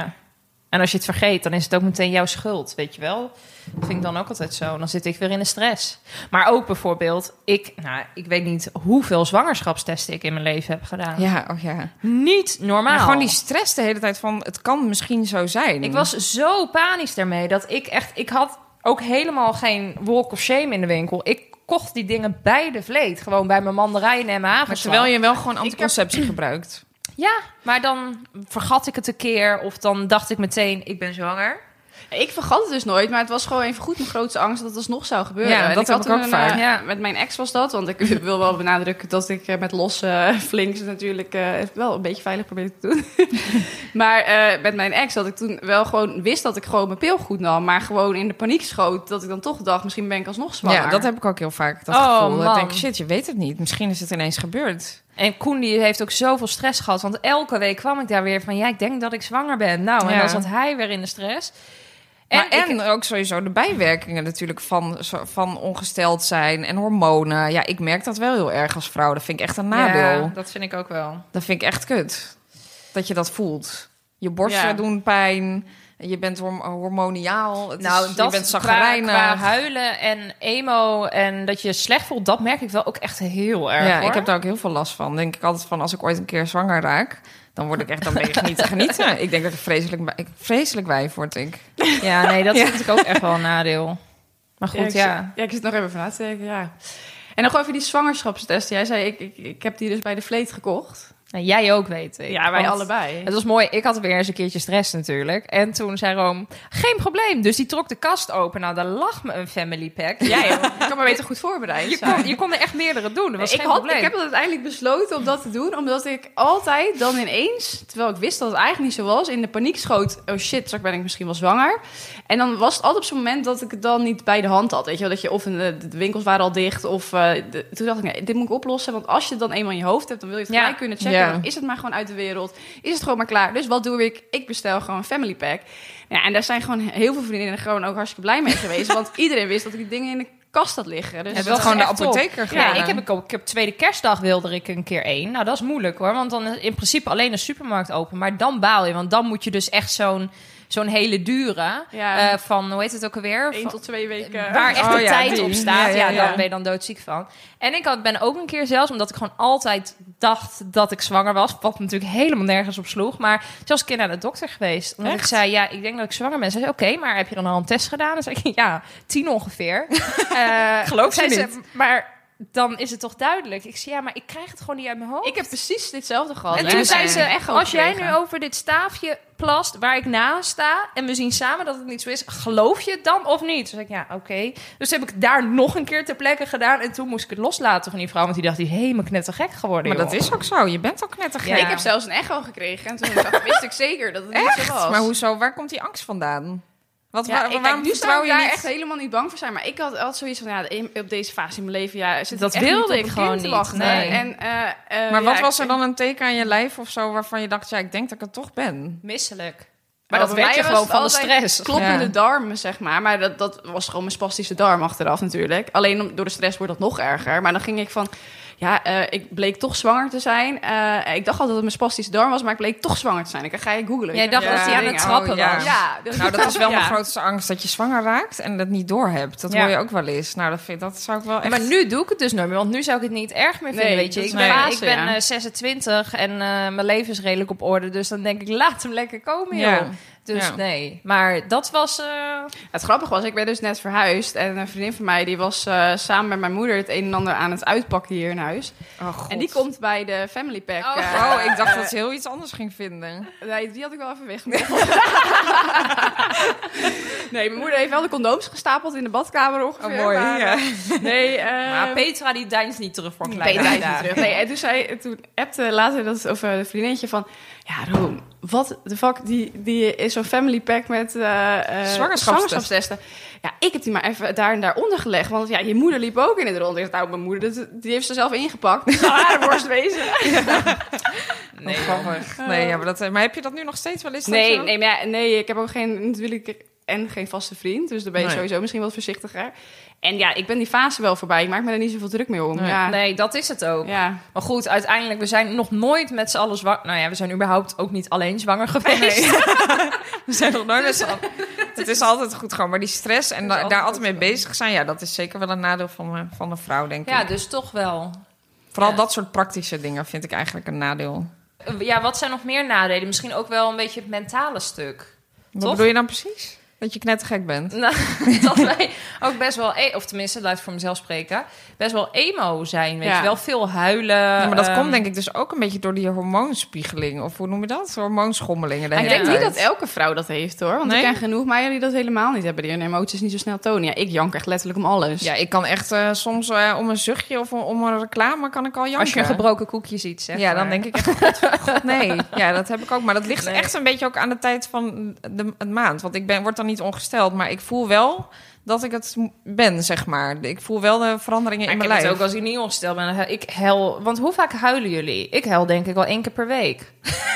En als je het vergeet, dan is het ook meteen jouw schuld, weet je wel. Dat vind ik dan ook altijd zo. Dan zit ik weer in de stress. Maar ook bijvoorbeeld, ik weet niet hoeveel zwangerschapstesten ik in mijn leven heb gedaan. Ja, Niet normaal. Maar gewoon die stress de hele tijd van, het kan misschien zo zijn. Ik was zo panisch daarmee dat ik had ook helemaal geen walk of shame in de winkel. Ik kocht die dingen bij de vleet. Gewoon bij mijn mandarijnen en mijn hagelslag. Maar terwijl je wel gewoon anticonceptie gebruikt. Ja, maar dan vergat ik het een keer of dan dacht ik meteen, ik ben zwanger. Ik vergat het dus nooit, maar het was gewoon even goed mijn grootste angst dat het alsnog zou gebeuren. Ja, dat heb ik ook vaak. Met mijn ex was dat, want ik wil wel benadrukken dat ik met losse flinks natuurlijk wel een beetje veilig probeerde te doen. Maar met mijn ex dat ik toen wel gewoon wist dat ik gewoon mijn pil goed nam, maar gewoon in de paniek schoot dat ik dan toch dacht, misschien ben ik alsnog zwanger. Ja, dat heb ik ook heel vaak, dat gevoel. Dat ik denk, shit, je weet het niet. Misschien is het ineens gebeurd. En Koen die heeft ook zoveel stress gehad, want elke week kwam ik daar weer van, ja, ik denk dat ik zwanger ben. Nou, en dan zat hij weer in de stress. En ook sowieso de bijwerkingen natuurlijk van ongesteld zijn en hormonen. Ja, ik merk dat wel heel erg als vrouw. Dat vind ik echt een nadeel. Ja, dat vind ik ook wel. Dat vind ik echt kut. Dat je dat voelt. Je borsten doen pijn. Je bent hormoniaal. Je bent zagrijnig. Qua huilen en emo en dat je slecht voelt, dat merk ik wel ook echt heel erg. Ja, hoor. Ik heb daar ook heel veel last van. Denk ik altijd van, als ik ooit een keer zwanger raak, dan ben je genieten. Ik denk dat ik vreselijk wijf word, ik. Ja, nee, dat vind ik ook echt wel een nadeel. Maar goed, ik zit nog even van na te denken, ja. En nog over die zwangerschapstest. Jij zei, ik heb die dus bij de vleet gekocht. Nou, jij ook, weet ik. Ja, wij allebei. Het was mooi. Ik had weer eens een keertje stress natuurlijk. En toen zei Room, geen probleem. Dus die trok de kast open. Nou, daar lag me een family pack. Ja, ik kan maar beter goed voorbereid zijn. Je kon er echt meerdere doen. Dat was geen probleem. Ik heb uiteindelijk besloten om dat te doen. Omdat ik altijd dan ineens, terwijl ik wist dat het eigenlijk niet zo was, in de paniek schoot. Oh shit, straks ben ik misschien wel zwanger. En dan was het altijd op zo'n moment dat ik het dan niet bij de hand had. Weet je wel, dat je of de winkels waren al dicht. Of toen dacht ik, nee, dit moet ik oplossen. Want als je het dan eenmaal in je hoofd hebt, dan wil je het gelijk kunnen checken. Ja. Dan is het maar gewoon uit de wereld. Is het gewoon maar klaar. Dus wat doe ik? Ik bestel gewoon een family pack. Ja, en daar zijn gewoon heel veel vriendinnen gewoon ook hartstikke blij mee geweest. Want iedereen wist dat ik die dingen in de kast had liggen. Dus het was gewoon de apotheker gedaan. Ja, ik heb tweede kerstdag wilde ik een keer 1. Nou, dat is moeilijk hoor. Want dan is in principe alleen een supermarkt open. Maar dan baal je. Want dan moet je dus echt zo'n hele dure van, hoe heet het ook alweer? 1 tot 2 weken. Waar echt de tijd die op staat. Ja. Daar ben je dan doodziek van. En ik ben ook een keer zelfs, omdat ik gewoon altijd dacht dat ik zwanger was. Wat natuurlijk helemaal nergens op sloeg. Maar zelfs een keer naar de dokter geweest. Omdat ik zei, ja, ik denk dat ik zwanger ben. Ze zei, oké, maar heb je dan al een test gedaan? Dan zei ik, ja, 10 ongeveer. Geloof je niet? Maar dan is het toch duidelijk. Ik zei, ja, maar ik krijg het gewoon niet uit mijn hoofd. Ik heb precies ditzelfde gehad. En toen zei ze, als jij nu over dit staafje plast waar ik naast sta en we zien samen dat het niet zo is, geloof je het dan of niet? Dus ik, ja, oké. Dus heb ik daar nog een keer ter plekke gedaan en toen moest ik het loslaten van die vrouw, want die dacht, die is helemaal knettergek geworden. Maar dat is ook zo. Je bent ook knettergek. Ja. Ik heb zelfs een echo gekregen en toen wist ik zeker dat het niet zo was. Maar hoezo? Waar komt die angst vandaan? Waarom nu vertrouw zou je ik daar niet? echt helemaal niet bang voor zijn. Maar ik had zoiets van, op deze fase in mijn leven, zit Dat echt wilde niet op ik een gewoon kind te niet. wachten. Nee. Maar wat was er dan een teken aan je lijf of zo waarvan je dacht, ik denk dat ik het toch ben? Misselijk. Maar Oh, dat bij werd je mij gewoon was van het de altijd stress. Kloppende Ja. darmen, zeg maar. Maar dat was gewoon mijn spastische darm achteraf natuurlijk. Alleen door de stress wordt dat nog erger. Maar dan ging ik van... ik bleek toch zwanger te zijn. Ik dacht altijd dat het mijn spastische darm was, maar ik bleek toch zwanger te zijn. Ik ga je googlen. Jij dacht Ja. dat hij aan het trappen ja. was. Ja, dus Nou, dat is wel mijn Ja. grootste angst, dat je zwanger raakt en dat niet doorhebt. Dat Ja. hoor je ook wel eens. Nou, dat zou ik wel echt... Maar nu doe ik het dus nooit meer, want nu zou ik het niet erg meer vinden, Nee, weet je. dat Ik is ben, een fase, ik ben ja. 26 en mijn leven is redelijk op orde, dus dan denk ik, laat hem lekker komen, joh. Ja. Dus Ja. nee, maar dat was... Het grappige was, ik ben dus net verhuisd. En een vriendin van mij, die was samen met mijn moeder het een en ander aan het uitpakken hier in huis. Oh, God. En die komt bij de Family Pack. Oh, ik dacht dat ze heel iets anders ging vinden. Nee, die had ik wel even weggenomen. Nee, mijn moeder heeft wel de condooms gestapeld in de badkamer ongeveer. Oh, mooi, maar, ja. Nee, maar Petra die deinst niet terug voor een kleine Peter is niet uitdaging. terug. Nee, en toen appte later een vriendinnetje van... Ja, Roem, wat de fuck, die is zo'n family pack met zwangerschapstesten. Ja, ik heb die maar even daar en daaronder gelegd. Want ja, je moeder liep ook in het rond. Ik dacht, nou, mijn moeder, die heeft ze zelf ingepakt. Dat zou haar worst wezen. Nee, grappig. Nee, ja, maar heb je dat nu nog steeds wel eens? Nee, ik heb ook geen vaste vriend. Dus daar ben je sowieso misschien wat voorzichtiger. En ja, ik ben die fase wel voorbij. Ik maak me er niet zoveel druk mee om. Nee. Ja. Nee, dat is het ook. Ja. Maar goed, uiteindelijk, we zijn nog nooit met z'n allen zwanger. Nou ja, we zijn überhaupt ook niet alleen zwanger geweest. We zijn nog nooit met z'n allen. Het is altijd goed gewoon. Maar die stress en daar altijd mee bezig zijn... ja, dat is zeker wel een nadeel van een vrouw, denk ik. Ja, dus toch wel. Vooral ja. dat soort praktische dingen vind ik eigenlijk een nadeel. Ja, wat zijn nog meer nadelen? Misschien ook wel een beetje het mentale stuk. Wat Toch? bedoel je dan precies? Dat je knettergek bent? Nou, dat wij ook best wel, of tenminste, laat ik voor mezelf spreken, best wel emo zijn, weet je wel. Veel huilen. Ja, maar dat komt denk ik dus ook een beetje door die hormoonspiegeling. Of hoe noem je dat? Hormoonschommelingen. Ik denk niet dat elke vrouw dat heeft, hoor. Want Nee? ik ken genoeg meiden die dat helemaal niet hebben. Die hun emoties niet zo snel tonen. Ja, ik jank echt letterlijk om alles. Ja, ik kan echt soms om een zuchtje of om een reclame kan ik al janken. Als je een gebroken koekje ziet, zeg ja, maar. dan denk ik echt, God, nee. Ja, dat heb ik ook. Maar dat ligt echt een beetje ook aan de tijd van het maand. Want ik word dan niet ongesteld, maar ik voel wel dat ik het ben, zeg maar. Ik voel wel de veranderingen in mijn lijf. Ik heb het ook als ik niet ongesteld ben. Ik huil. Want hoe vaak huilen jullie? Ik huil denk ik wel 1 keer per week.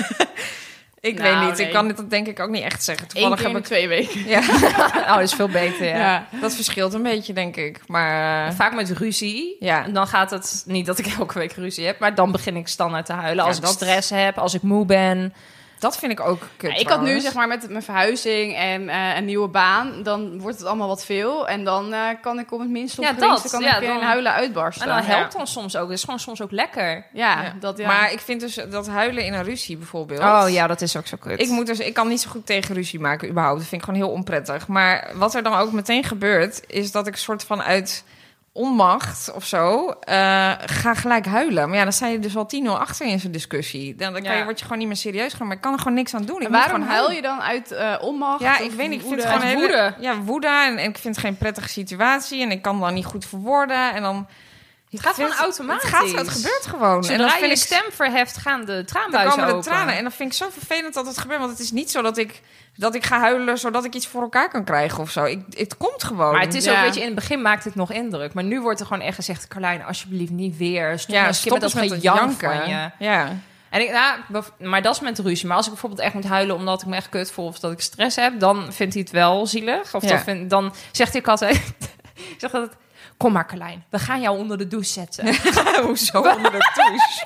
Ik Nou, weet niet. nee. Ik kan dit dat denk ik ook niet echt zeggen. 1 Toevallig keer in heb de 2 weken. Ja, Oh, dat is veel beter, ja. Ja. dat verschilt een beetje, denk ik. Maar Vaak met ruzie. Ja. En dan gaat het niet dat ik elke week ruzie heb, maar dan begin ik standaard te huilen. Ja, Als ik dat- stress heb, als ik moe ben. dat vind ik ook kut. Ja, ik had nu, zeg maar, met mijn verhuizing en een nieuwe baan, dan wordt het allemaal wat veel. En dan kan ik op het minst op Ja, het geringste dat. kan Ja, ik in dan- huilen uitbarsten. En dan helpt dan soms ook. Het is gewoon soms ook lekker. Ja, dat ja. Maar ik vind dus dat huilen in een ruzie bijvoorbeeld. Oh ja, dat is ook zo kut. Ik kan niet zo goed tegen ruzie maken überhaupt. Dat vind ik gewoon heel onprettig. Maar wat er dan ook meteen gebeurt, is dat ik soort van uit onmacht of zo ga gelijk huilen. Maar ja, dan sta je dus al 10-0 achter in zo'n discussie. Dan word je gewoon niet meer serieus genomen. Maar ik kan er gewoon niks aan doen. Ik En moet waarom gewoon huil huilen. je dan uit onmacht? Ja, of ik weet niet. Ik vind woede? het gewoon een Woede. Ja, woede. En ik vind het geen prettige situatie. En ik kan dan niet goed verwoorden. En dan... Het gaat gewoon automatisch. Het gebeurt gewoon. En Zodra dan je vind je ik stem verheft, gaan de dan traanbuizen komen de open. tranen. En dan vind ik zo vervelend dat het gebeurt. Want het is niet zo dat ik ga huilen zodat ik iets voor elkaar kan krijgen of zo. Het komt gewoon. Maar het is ook, Ja. weet je, in het begin maakt het nog indruk. Maar nu wordt er gewoon echt gezegd, Carlijn, alsjeblieft niet weer. Stop stop met eens dat met het gejank janken. van je. Ja. En maar dat is met ruzie. Maar als ik bijvoorbeeld echt moet huilen omdat ik me echt kut voel of dat ik stress heb, dan vindt hij het wel zielig. Of Ja. dan zegt hij altijd, zegt altijd, kom maar Carlijn, we gaan jou onder de douche zetten. Hoezo onder de douche?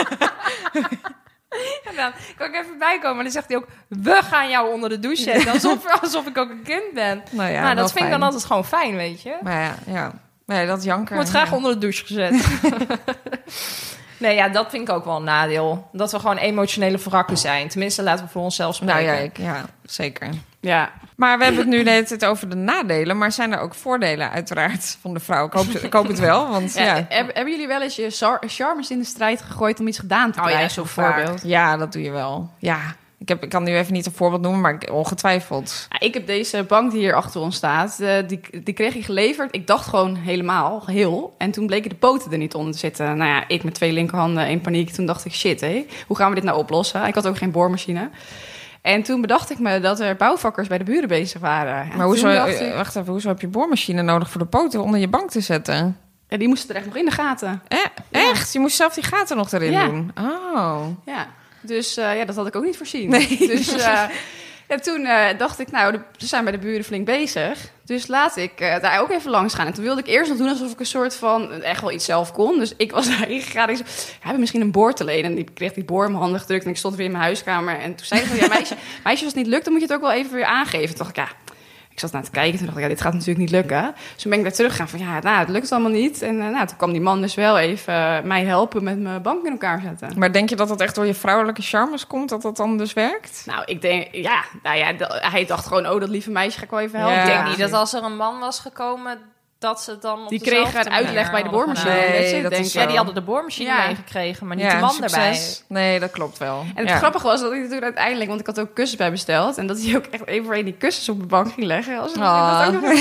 En dan kan ik even bijkomen. En dan zegt hij ook, we gaan jou onder de douche zetten. Alsof ik ook een kind ben. Nou ja, nou, wel dat vind ik fijn. dan altijd gewoon fijn, weet je. Maar ja. Nee, dat janken. Wordt graag ja. onder de douche gezet. Nee, ja, dat vind ik ook wel een nadeel. Dat we gewoon emotionele wrakken zijn. Tenminste, laten we voor onszelf spreken. Nou ja, zeker. Ja. Maar we hebben het nu de hele tijd over de nadelen. Maar zijn er ook voordelen uiteraard van de vrouw? Ik hoop het wel, want ja. Hebben jullie wel eens je charmes in de strijd gegooid om iets gedaan te Oh ja, krijgen? zo bijvoorbeeld? Ja, dat doe je wel. Ja, ik kan nu even niet een voorbeeld noemen, maar ongetwijfeld. Ja, ik heb deze bank die hier achter ons staat, die kreeg ik geleverd. Ik dacht gewoon helemaal, geheel. En toen bleken de poten er niet onder te zitten. Nou ja, ik met 2 linkerhanden in paniek. Toen dacht ik, shit, hé, hoe gaan we dit nou oplossen? Ik had ook geen boormachine. En toen bedacht ik me dat er bouwvakkers bij de buren bezig waren. Maar hoezo heb je boormachine nodig voor de poten onder je bank te zetten? Ja, die moesten er echt nog in de gaten. Echt? Je moest zelf die gaten nog erin doen? Oh. Ja, dus dat had ik ook niet voorzien. Nee. Dus toen dacht ik, nou, ze zijn bij de buren flink bezig. Dus laat ik daar ook even langs gaan. En toen wilde ik eerst nog doen alsof ik een soort van echt wel iets zelf kon. Dus ik was daarheen gegaan. Ik zei, hebben we misschien een boor te lenen? En die kreeg die boor in mijn handen gedrukt. En ik stond weer in mijn huiskamer. En toen zei ze, meisje, als het niet lukt, dan moet je het ook wel even weer aangeven. Toen dacht ik, ik zat naar te kijken. Toen dacht ik, dit gaat natuurlijk niet lukken. Dus toen ben ik weer teruggegaan van, het lukt allemaal niet. En toen kwam die man dus wel even mij helpen met mijn bank in elkaar zetten. Maar denk je dat dat echt door je vrouwelijke charmes komt, dat dat dan dus werkt? Nou, ik denk, hij dacht gewoon, dat lieve meisje ga ik wel even helpen. Ik denk niet dat als er een man was gekomen, dat ze dan op die kregen een uitleg bij de boormachine. Die hadden de boormachine meegekregen, maar niet de man erbij. Nee, dat klopt wel. En het grappige was dat ik toen uiteindelijk, want ik had ook kussens bij besteld, en dat hij ook echt één voor één die kussens op mijn bank ging leggen. Als dat ook nog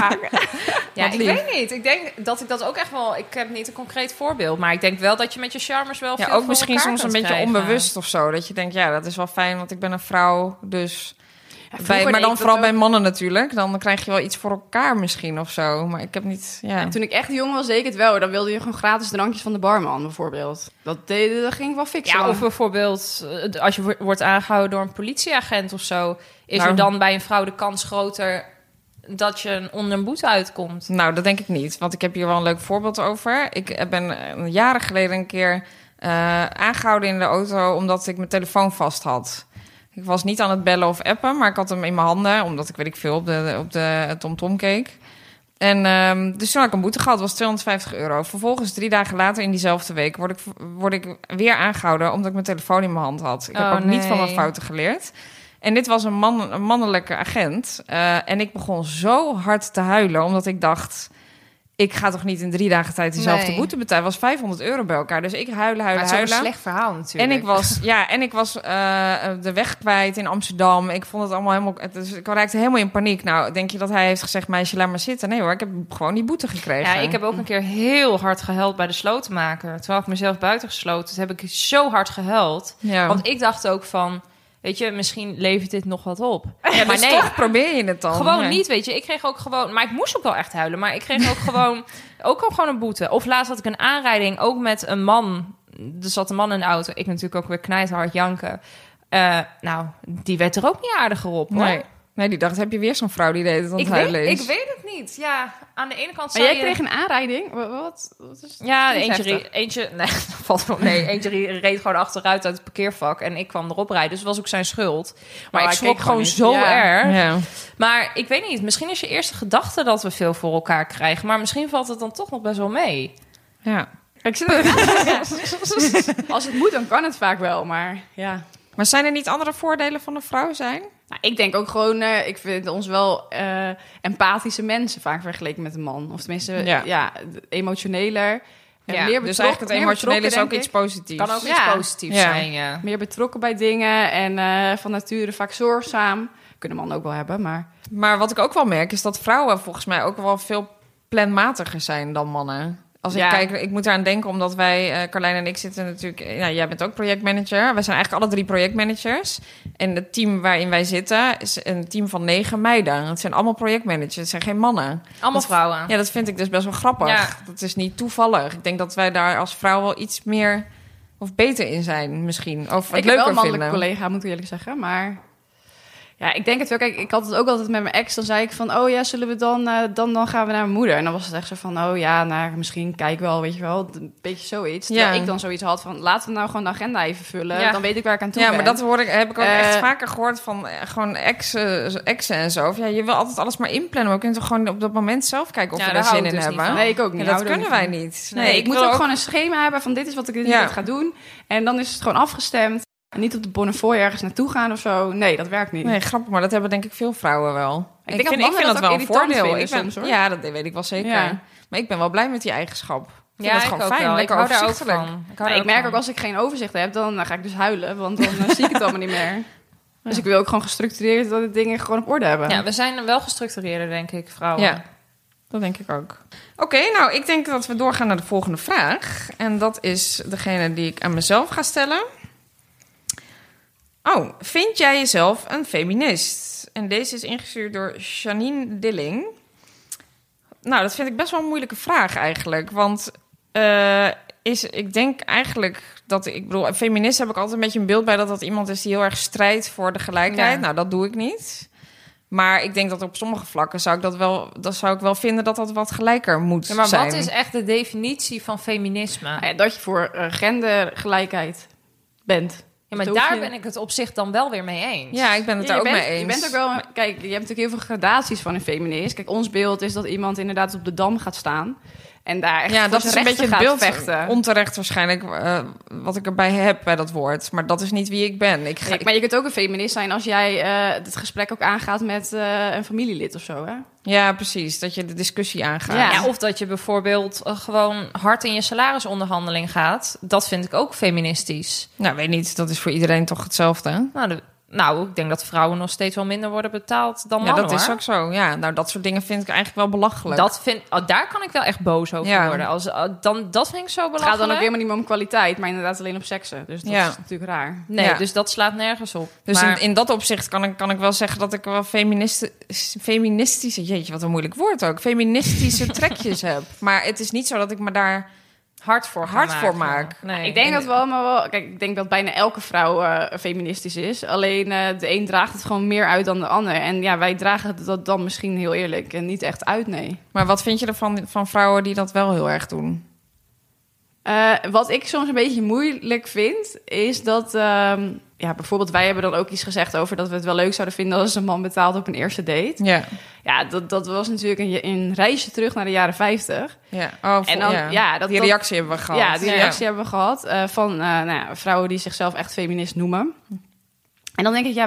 ik weet niet. Ik denk dat ik dat ook echt wel. Ik heb niet een concreet voorbeeld, maar ik denk wel dat je met je charmers wel veel ook misschien soms een beetje krijgen. Onbewust of zo. Dat je denkt, dat is wel fijn, want ik ben een vrouw, dus. Ja, maar dan vooral bij mannen natuurlijk. Dan krijg je wel iets voor elkaar misschien of zo. Maar ik heb niet... Ja. En toen ik echt jong was, deed ik het wel. Dan wilde je gewoon gratis drankjes van de barman bijvoorbeeld. Dat ging wel fixen. Ja, of bijvoorbeeld als je wordt aangehouden door een politieagent of zo, is er dan bij een vrouw de kans groter dat je onder een boete uitkomt? Nou, dat denk ik niet. Want ik heb hier wel een leuk voorbeeld over. Ik ben jaren geleden een keer aangehouden in de auto omdat ik mijn telefoon vast had. Ik was niet aan het bellen of appen, maar ik had hem in mijn handen, omdat ik, weet ik veel, op de TomTom keek. En dus toen had ik een boete gehad, was €250. Vervolgens 3 dagen later in diezelfde week word ik weer aangehouden omdat ik mijn telefoon in mijn hand had. Ik heb ook niet van mijn fouten geleerd. En dit was een mannelijke agent. En ik begon zo hard te huilen, omdat ik dacht, ik ga toch niet in 3 dagen tijd diezelfde boete betalen. Het was €500 bij elkaar. Dus ik huilen. Maar het is een slecht verhaal natuurlijk. En ik was de weg kwijt in Amsterdam. Ik vond het allemaal helemaal... Dus ik raakte helemaal in paniek. Nou, denk je dat hij heeft gezegd, meisje, laat maar zitten? Nee hoor, ik heb gewoon die boete gekregen. Ja, ik heb ook een keer heel hard gehuild bij de slotenmaker. Toen had ik mezelf buiten gesloten. Toen heb ik zo hard gehuild. Ja. Want ik dacht ook van, weet je, misschien levert dit nog wat op. Ja, maar nee, toch probeer je het dan. Gewoon niet, weet je. Ik kreeg ook gewoon... Maar ik moest ook wel echt huilen. Maar ik kreeg ook gewoon een boete. Of laatst had ik een aanrijding, ook met een man. Er zat een man in de auto. Ik natuurlijk ook weer knijthard janken. Nou, die werd er ook niet aardiger op, hoor. Nee, die dacht, heb je weer zo'n vrouw die deed het aan het huilen is? Ik weet het niet. Ja, aan de ene kant... Maar jij kreeg een aanrijding? Wat is eentje reed gewoon achteruit uit het parkeervak. En ik kwam erop rijden. Dus het was ook zijn schuld. Maar ik schrok gewoon zo erg. Ja. Maar ik weet niet. Misschien is je eerste gedachte dat we veel voor elkaar krijgen. Maar misschien valt het dan toch nog best wel mee. Ja. Als het moet, dan kan het vaak wel. Maar ja... Maar zijn er niet andere voordelen van een vrouw zijn? Nou, ik denk ook gewoon, ik vind ons wel empathische mensen vaak vergeleken met een man. Of tenminste, emotioneler. Ja, meer dus eigenlijk het emotionele is ook iets positiefs. Kan ook iets positiefs zijn, ja. Meer betrokken bij dingen en van nature vaak zorgzaam. Kunnen mannen ook wel hebben, maar... Maar wat ik ook wel merk is dat vrouwen volgens mij ook wel veel planmatiger zijn dan mannen. Als ik kijk, ik moet eraan denken, omdat wij, Carlijn en ik zitten natuurlijk... jij bent ook projectmanager. Wij zijn eigenlijk alle 3 projectmanagers. En het team waarin wij zitten is een team van 9 meiden. Het zijn allemaal projectmanagers, het zijn geen mannen. Allemaal vrouwen. Ja, dat vind ik dus best wel grappig. Ja. Dat is niet toevallig. Ik denk dat wij daar als vrouw wel iets meer of beter in zijn misschien. Of het leuker vinden. Ik heb wel een mannelijke collega, moet ik eerlijk zeggen, maar... Ja, ik denk het wel. Kijk, ik had het ook altijd met mijn ex. Dan zei ik van, zullen we dan gaan we naar mijn moeder. En dan was het echt zo van, misschien kijk wel, weet je wel. Een beetje zoiets. Terwijl ik dan zoiets had van, laten we nou gewoon de agenda even vullen. Ja. Dan weet ik waar ik aan toe ben. Ja, maar dat heb ik ook echt vaker gehoord van gewoon exen en zo. Of, je wil altijd alles maar inplannen. Maar we kunnen toch gewoon op dat moment zelf kijken of we er zin in hebben. Nee, ik ook niet. En dat kunnen wij niet. Nee, ik moet ook gewoon een schema hebben van dit is wat ik ga doen. En dan is het gewoon afgestemd. En niet op de Bonnefoy ergens naartoe gaan of zo. Nee, dat werkt niet. Nee, grappig, maar dat hebben denk ik veel vrouwen wel. Ik vind dat wel een voordeel. Soms, hoor. Ja, dat weet ik wel zeker. Ja. Maar ik ben wel blij met die eigenschap. Ik vind het gewoon fijn. Wel. Lekker overzichtelijk. Ik merk ook als ik geen overzicht heb, dan ga ik dus huilen. Want dan zie ik het allemaal niet meer. Dus ik wil ook gewoon gestructureerd dat de dingen gewoon op orde hebben. Ja, we zijn wel gestructureerder, denk ik, vrouwen. Ja, dat denk ik ook. Oké, nou, ik denk dat we doorgaan naar de volgende vraag. En dat is degene die ik aan mezelf ga stellen. Oh, vind jij jezelf een feminist? En deze is ingestuurd door Janine Dilling. Nou, dat vind ik best wel een moeilijke vraag eigenlijk. Want ik denk eigenlijk dat... Ik bedoel, een feminist heb ik altijd een beetje een beeld bij... dat iemand is die heel erg strijdt voor de gelijkheid. Ja. Nou, dat doe ik niet. Maar ik denk dat op sommige vlakken zou ik wel vinden... dat wat gelijker moet zijn. Maar wat is echt de definitie van feminisme? Ja, dat je voor gendergelijkheid bent. Ja, maar daar ben ik het op zich dan wel weer mee eens. Ja, ik ben het daar ook mee eens. Je bent ook wel... Kijk, je hebt natuurlijk heel veel gradaties van een feminist. Kijk, ons beeld is dat iemand inderdaad op de Dam gaat staan... En daar echt dat is een beetje het beeld vechten. Onterecht waarschijnlijk wat ik erbij heb bij dat woord. Maar dat is niet wie ik ben. Maar je kunt ook een feminist zijn als jij het gesprek ook aangaat met een familielid of zo, hè? Ja, precies. Dat je de discussie aangaat. Ja, of dat je bijvoorbeeld gewoon hard in je salarisonderhandeling gaat. Dat vind ik ook feministisch. Nou, weet niet. Dat is voor iedereen toch hetzelfde? Nou, ik denk dat vrouwen nog steeds wel minder worden betaald dan mannen, dat is ook zo. Ja, nou, dat soort dingen vind ik eigenlijk wel belachelijk. Daar kan ik wel echt boos over worden. Dat vind ik zo belachelijk. Het gaat dan ook helemaal niet meer om kwaliteit, maar inderdaad alleen op seksen. Dus dat is natuurlijk raar. Nee, dus dat slaat nergens op. Dus maar... in dat opzicht kan ik wel zeggen dat ik wel feministische... Jeetje, wat een moeilijk woord ook. Feministische trekjes heb. Maar het is niet zo dat ik me daar... hard voor maak. Nee. Ik denk dat we allemaal wel... Kijk, ik denk dat bijna elke vrouw feministisch is. Alleen de een draagt het gewoon meer uit dan de ander. En ja, wij dragen dat dan misschien heel eerlijk en niet echt uit, nee. Maar wat vind je ervan van vrouwen die dat wel heel erg doen? Wat ik soms een beetje moeilijk vind, is dat... bijvoorbeeld wij hebben dan ook iets gezegd over dat we het wel leuk zouden vinden als een man betaalt op een eerste date. Ja. Ja, dat was natuurlijk een reisje terug naar de jaren 50. Ja. En dan, die reactie hebben we gehad. Ja, die reactie hebben we gehad van vrouwen die zichzelf echt feminist noemen. En dan denk ik,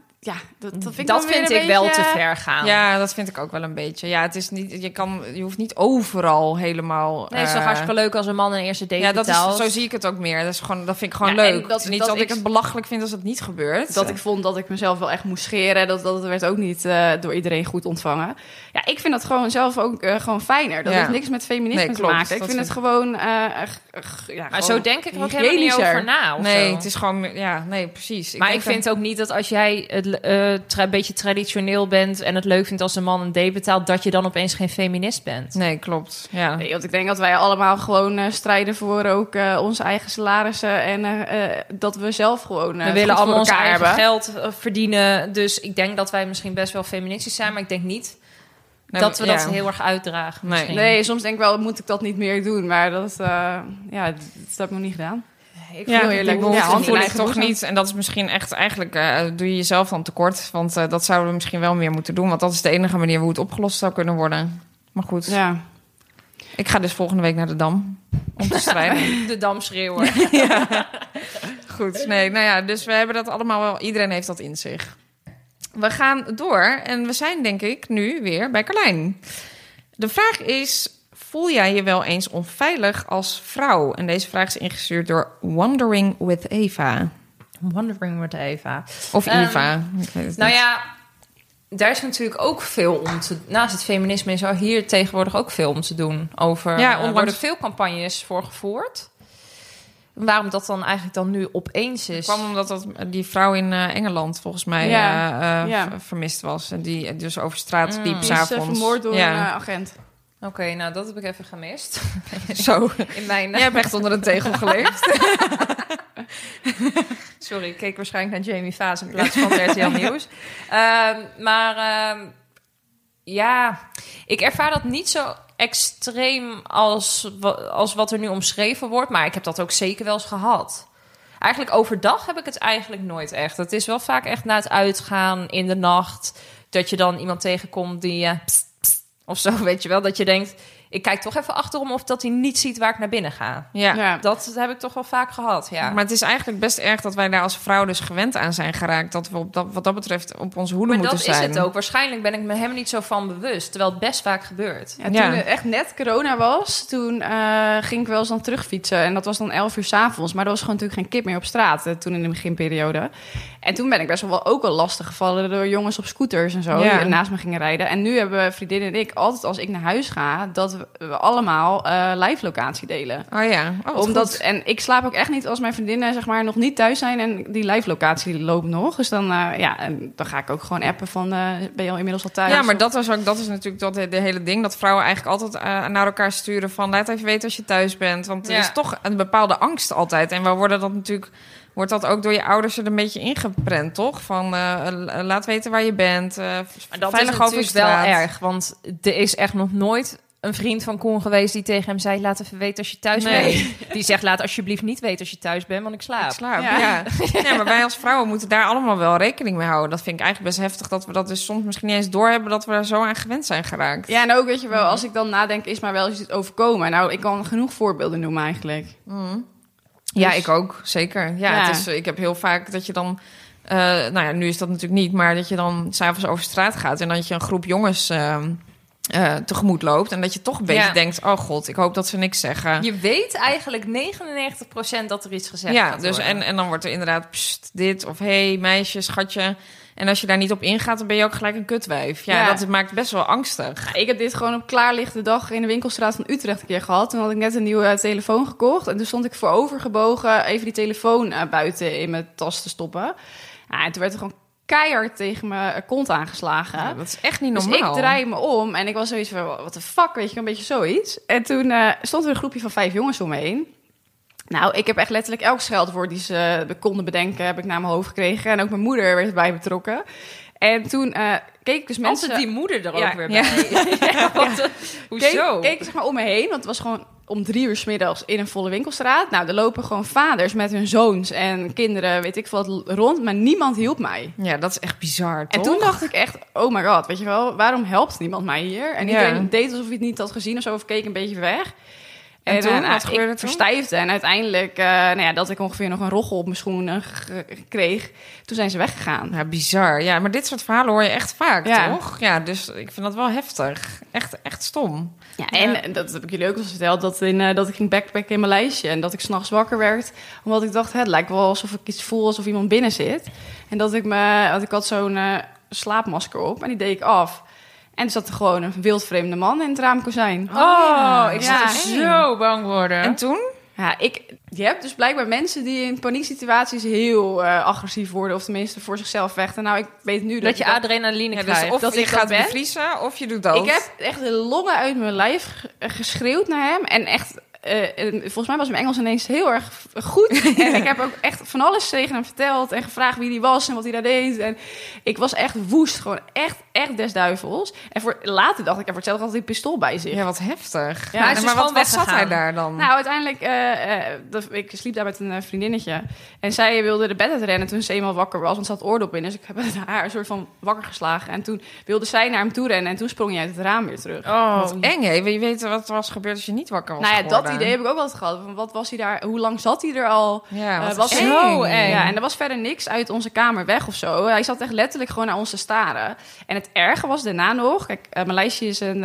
dat vind ik wel te ver gaan. Ja, dat vind ik ook wel een beetje. Ja, het is niet, je hoeft niet overal helemaal... Nee, het is toch hartstikke leuk als een man een eerste date betaalt. Zo zie ik het ook meer. Dat vind ik gewoon leuk. Het is niet dat ik het belachelijk vind als het niet gebeurt. Dat ik vond dat ik mezelf wel echt moest scheren. Dat werd ook niet door iedereen goed ontvangen. Ja, ik vind dat gewoon zelf ook gewoon fijner. Dat heeft niks met feminisme te maken. Ik vind het gewoon... maar zo denk ik er ook helemaal niet over na. Nee, het is gewoon... Ja, nee, precies. Maar ik vind ook niet dat als jij een beetje traditioneel bent en het leuk vindt als een man een date betaalt, dat je dan opeens geen feminist bent. Nee, klopt. Ja. Nee, want ik denk dat wij allemaal gewoon strijden voor ook onze eigen salarissen en dat we zelf gewoon we willen allemaal ons eigen geld verdienen. Dus ik denk dat wij misschien best wel feministisch zijn, maar ik denk niet dat we dat heel erg uitdragen. Nee, soms denk ik wel, moet ik dat niet meer doen, maar dat heb ik nog niet gedaan. Ik voel voel ik toch niet. En dat is misschien echt... Eigenlijk doe je jezelf dan tekort. Want dat zouden we misschien wel meer moeten doen. Want dat is de enige manier hoe het opgelost zou kunnen worden. Maar goed. Ja. Ik ga dus volgende week naar de Dam. Om te strijden. De Dam schreeuwen. Ja. Goed. Nee, nou ja. Dus we hebben dat allemaal wel... Iedereen heeft dat in zich. We gaan door. En we zijn denk ik nu weer bij Carlijn. De vraag is... Voel jij je wel eens onveilig als vrouw? En deze vraag is ingestuurd door Wondering with Eva. Wondering with Eva. Of Eva. Daar is natuurlijk ook veel om te... Naast het feminisme is er hier tegenwoordig ook veel om te doen. Er worden veel campagnes voor gevoerd. Waarom dat dan eigenlijk dan nu opeens is? Het kwam omdat die vrouw in Engeland volgens mij vermist was. En die dus over straat liep 's avonds. Die is vermoord door een agent. Oké, nou dat heb ik even gemist. Zo, jij hebt echt onder een tegel geleefd. Sorry, ik keek waarschijnlijk naar Jamie Vaas in plaats van RTL Nieuws. Ik ervaar dat niet zo extreem als wat er nu omschreven wordt. Maar ik heb dat ook zeker wel eens gehad. Eigenlijk overdag heb ik het eigenlijk nooit echt. Het is wel vaak echt na het uitgaan in de nacht... dat je dan iemand tegenkomt die... of zo, weet je wel, dat je denkt... ik kijk toch even achterom of dat hij niet ziet waar ik naar binnen ga. Ja. Dat heb ik toch wel vaak gehad, ja. Maar het is eigenlijk best erg dat wij daar als vrouw dus gewend aan zijn geraakt... dat we wat dat betreft op onze hoede moeten zijn. Maar dat is het ook. Waarschijnlijk ben ik me helemaal niet zo van bewust... terwijl het best vaak gebeurt. Ja, toen het echt net corona was... toen ging ik wel eens dan terugfietsen. En dat was dan 11 uur 's avonds. Maar er was gewoon natuurlijk geen kip meer op straat... toen in de beginperiode. En toen ben ik best wel ook wel lastig gevallen... door jongens op scooters en zo... die naast me gingen rijden. En nu hebben vriendinnen en ik altijd als ik naar huis ga... dat we allemaal live locatie delen. Oh ja. Omdat, en ik slaap ook echt niet als mijn vriendinnen zeg maar nog niet thuis zijn en die live locatie loopt nog. Dus dan, en dan ga ik ook gewoon appen van, ben je al inmiddels al thuis? Ja, maar dat is natuurlijk de hele ding, dat vrouwen eigenlijk altijd naar elkaar sturen van, laat even weten als je thuis bent. Want er is toch een bepaalde angst altijd. En we worden dat natuurlijk... Wordt dat ook door je ouders er een beetje ingeprent, toch? Van laat weten waar je bent. Maar dat veilig is over natuurlijk straat. wel erg. Want er is echt nog nooit een vriend van Koen geweest die tegen hem zei, laat even weten als je thuis bent. Die zegt, laat alsjeblieft niet weten als je thuis bent, want ik slaap. Ja. Maar wij als vrouwen moeten daar allemaal wel rekening mee houden. Dat vind ik eigenlijk best heftig dat we dat dus soms misschien niet eens doorhebben dat we er zo aan gewend zijn geraakt. Ja, en ook weet je wel, als ik dan nadenk, is maar wel eens iets overkomen. Nou, ik kan genoeg voorbeelden noemen eigenlijk. Ja, Dus- ik ook, zeker. Ja. Het is, ik heb heel vaak dat je dan... nu is dat natuurlijk niet, maar dat je dan 's avonds over straat gaat en dat je een groep jongens tegemoet loopt en dat je toch een beetje denkt, oh god, ik hoop dat ze niks zeggen. Je weet eigenlijk 99% dat er iets gezegd Ja, gaat dus worden. en dan wordt er inderdaad pst, dit of hey, meisje, schatje. En als je daar niet op ingaat, dan ben je ook gelijk een kutwijf. Ja, dat maakt best wel angstig. Ik heb dit gewoon op klaarlichte dag in de winkelstraat van Utrecht een keer gehad. Toen had ik net een nieuwe telefoon gekocht. En toen stond ik voorovergebogen even die telefoon buiten in mijn tas te stoppen. Ja, en toen werd er gewoon keihard tegen mijn kont aangeslagen. Ja, dat is echt niet Dus normaal. ik draai me om en ik was zoiets van, what the fuck, weet je, een beetje zoiets. En toen stond er een groepje van 5 jongens om me heen. Nou, ik heb echt letterlijk elk scheldwoord die ze konden bedenken, heb ik naar mijn hoofd gekregen. En ook mijn moeder werd erbij betrokken. En toen keek ik dus mensen... Altijd die moeder er ook Ja. weer bij. Hoezo? Keek zeg maar om me heen, want het was gewoon om 3 uur 's middags in een volle winkelstraat. Nou, er lopen gewoon vaders met hun zoons en kinderen, weet ik veel, wat rond. Maar niemand hielp mij. Ja, dat is echt bizar, toch? En toen dacht ik echt, oh my god, weet je wel, waarom helpt niemand mij hier? En iedereen deed alsof hij het niet had gezien of zo, of keek een beetje weg. En toen? Wat gebeurde ik toen? verstijfde en uiteindelijk, dat ik ongeveer nog een roggel op mijn schoen kreeg. Toen zijn ze weggegaan. Ja, bizar. Ja, maar dit soort verhalen hoor je echt vaak, Ja. toch? Ja, dus ik vind dat wel heftig. Echt stom. Ja, en dat heb ik jullie ook al eens verteld, dat ik ging backpacken in Maleisië en dat ik 's nachts wakker werd, omdat ik dacht, het lijkt wel alsof ik iets voel, alsof iemand binnen zit. En dat ik had zo'n slaapmasker op en die deed ik af. En er zat er gewoon een wildvreemde man in het raamkozijn. Ik zou zo bang worden. En toen? Ja, je hebt dus blijkbaar mensen die in panieksituaties heel agressief worden, of tenminste voor zichzelf vechten. Nou, ik weet nu dat je adrenaline Ja, krijgt. dus of dat je ik dat gaat ben. bevriezen of je doet dood. Ik heb echt de longen uit mijn lijf geschreeuwd naar hem. En echt, volgens mij was mijn Engels ineens heel erg goed. En ik heb ook echt van alles tegen hem verteld. En gevraagd wie hij was en wat hij daar deed. En ik was echt woest. Gewoon echt des duivels. En voor later dacht ik, voor hetzelfde had hij een pistool bij zich. Ja, wat heftig. Ja, Ja, hij is maar dus wat zat weggegaan. hij daar dan? Nou, uiteindelijk, ik sliep daar met een vriendinnetje. En zij wilde de bed uitrennen toen ze eenmaal wakker was. Want ze had oordop in. Dus ik heb haar een soort van wakker geslagen. En toen wilde zij naar hem toe rennen. En toen sprong hij uit het raam weer terug. Wat eng, hè? Je weet wat er was gebeurd als je niet wakker was Nou ja, geworden. dat idee heb ik ook altijd gehad. Van wat was hij daar? Hoe lang zat hij er al? Ja, wat eng. zo eng. Ja, en er was verder niks uit onze kamer weg of zo. Hij zat echt letterlijk gewoon naar ons te staren. En het erge was daarna nog... Kijk, Maleisië is een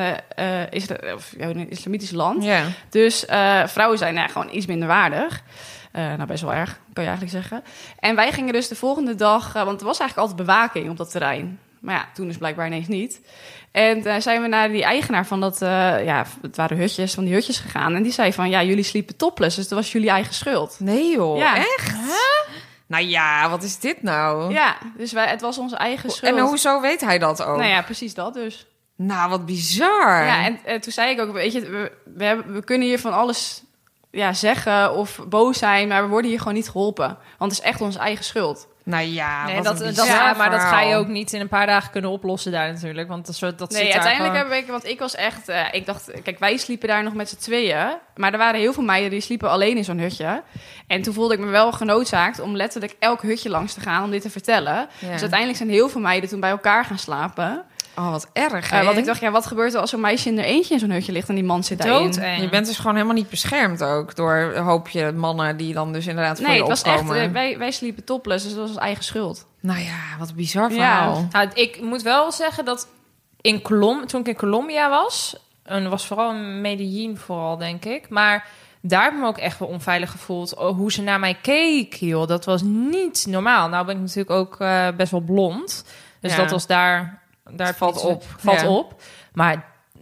islamitisch land. Ja. Dus vrouwen zijn gewoon iets minder waardig. Nou, best wel erg, kan je eigenlijk zeggen. En wij gingen dus de volgende dag... want er was eigenlijk altijd bewaking op dat terrein. Maar ja, toen dus blijkbaar ineens niet. En zijn we naar die eigenaar van dat... het waren hutjes, van die hutjes gegaan. En die zei van, ja, jullie sliepen topless. Dus dat was jullie eigen schuld. Nee joh, Ja. echt? Nou ja, wat is dit nou? Ja, dus het was onze eigen schuld. En hoezo weet hij dat ook? Nou ja, precies dat dus. Nou, wat bizar. Ja, en toen zei ik ook, weet je, we kunnen hier van alles zeggen of boos zijn, maar we worden hier gewoon niet geholpen. Want het is echt onze eigen schuld. Nou ja, Nee, wat dat, een dat, bizar maar dat ga je verhaal. ook niet in een paar dagen kunnen oplossen daar natuurlijk. Want dat zit daar Uiteindelijk gewoon... heb ik, want ik was echt, ik dacht, kijk, wij sliepen daar nog met z'n tweeën. Maar er waren heel veel meiden die sliepen alleen in zo'n hutje. En toen voelde ik me wel genoodzaakt om letterlijk elk hutje langs te gaan om dit te vertellen. Ja. Dus uiteindelijk zijn heel veel meiden toen bij elkaar gaan slapen. Oh, wat erg, hè? Want ik dacht, wat gebeurt er als zo'n meisje in er eentje in zo'n hutje ligt en die man zit daarin? Doodeng. Je bent dus gewoon helemaal niet beschermd ook door een hoopje mannen die dan dus inderdaad voor Nee, je het was echt, opkomen. wij sliepen topless, dus dat was onze eigen schuld. Nou ja, wat een bizar Ja. verhaal. Nou, ik moet wel zeggen dat toen ik in Colombia was... en dat was vooral in Medellin vooral, denk ik... maar daar heb ik me ook echt wel onveilig gevoeld. Hoe ze naar mij keek, joh. Dat was niet normaal. Nou ben ik natuurlijk ook best wel blond. Dus Ja. dat was daar valt op. Valt Ja. op. Maar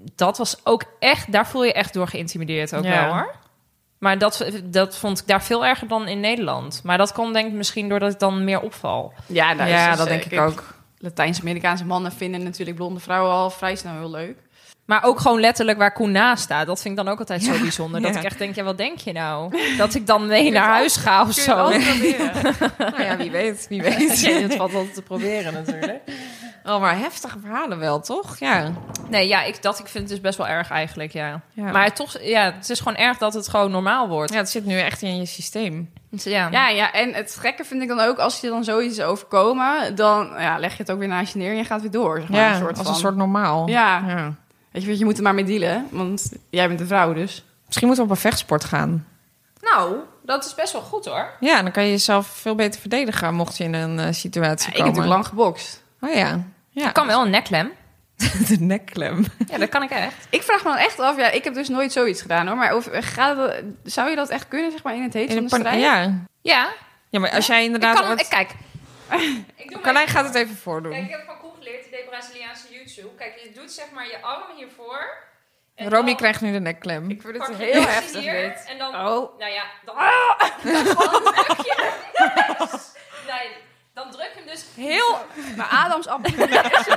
dat was ook echt... Daar voel je echt door geïntimideerd ook wel, hoor. Maar dat vond ik daar veel erger dan in Nederland. Maar dat komt denk ik misschien doordat ik dan meer opval. Ja, dat denk ik ook. Latijns-Amerikaanse mannen vinden natuurlijk blonde vrouwen al vrij snel heel leuk. Maar ook gewoon letterlijk waar Koen naast staat. Dat vind ik dan ook altijd zo bijzonder. Dat ik echt denk, wat denk je nou? Dat ik dan mee naar huis ga of zo. Nou ja, wie weet. Het valt altijd te proberen natuurlijk. Oh, maar heftige verhalen wel, toch? Ja. Nee, ja, ik vind het dus best wel erg eigenlijk, ja. Maar toch, het is gewoon erg dat het gewoon normaal wordt. Ja, het zit nu echt in je systeem. Ja, en het gekke vind ik dan ook, als je dan zoiets overkomen, dan leg je het ook weer naast je neer en je gaat weer door. Zeg maar, als een soort normaal. Ja. Weet je moet er maar mee dealen, want jij bent een vrouw dus. Misschien moeten we op een vechtsport gaan. Nou, dat is best wel goed hoor. Ja, dan kan je jezelf veel beter verdedigen, mocht je in een situatie komen. Ik heb natuurlijk lang gebokst. Oh ja. Ik kan wel een nekklem. De nekklem. Ja, dat kan ik echt. Ik vraag me dan echt af, ik heb dus nooit zoiets gedaan hoor, maar zou je dat echt kunnen, zeg maar, in het heet van de strijd? Ja. Ja, maar als jij inderdaad... Kijk. Carlijn gaat het even voordoen. Kijk, ik heb van Koen geleerd, die deed Braziliaanse jiu-jitsu. Kijk, je doet zeg maar je arm hiervoor. Romy krijgt nu de nekklem. Ik vind het heel heftig hier, dit. En dan, nou ja, dan druk je hem. Nee, dan druk je hem dus heel... Maar Adams appel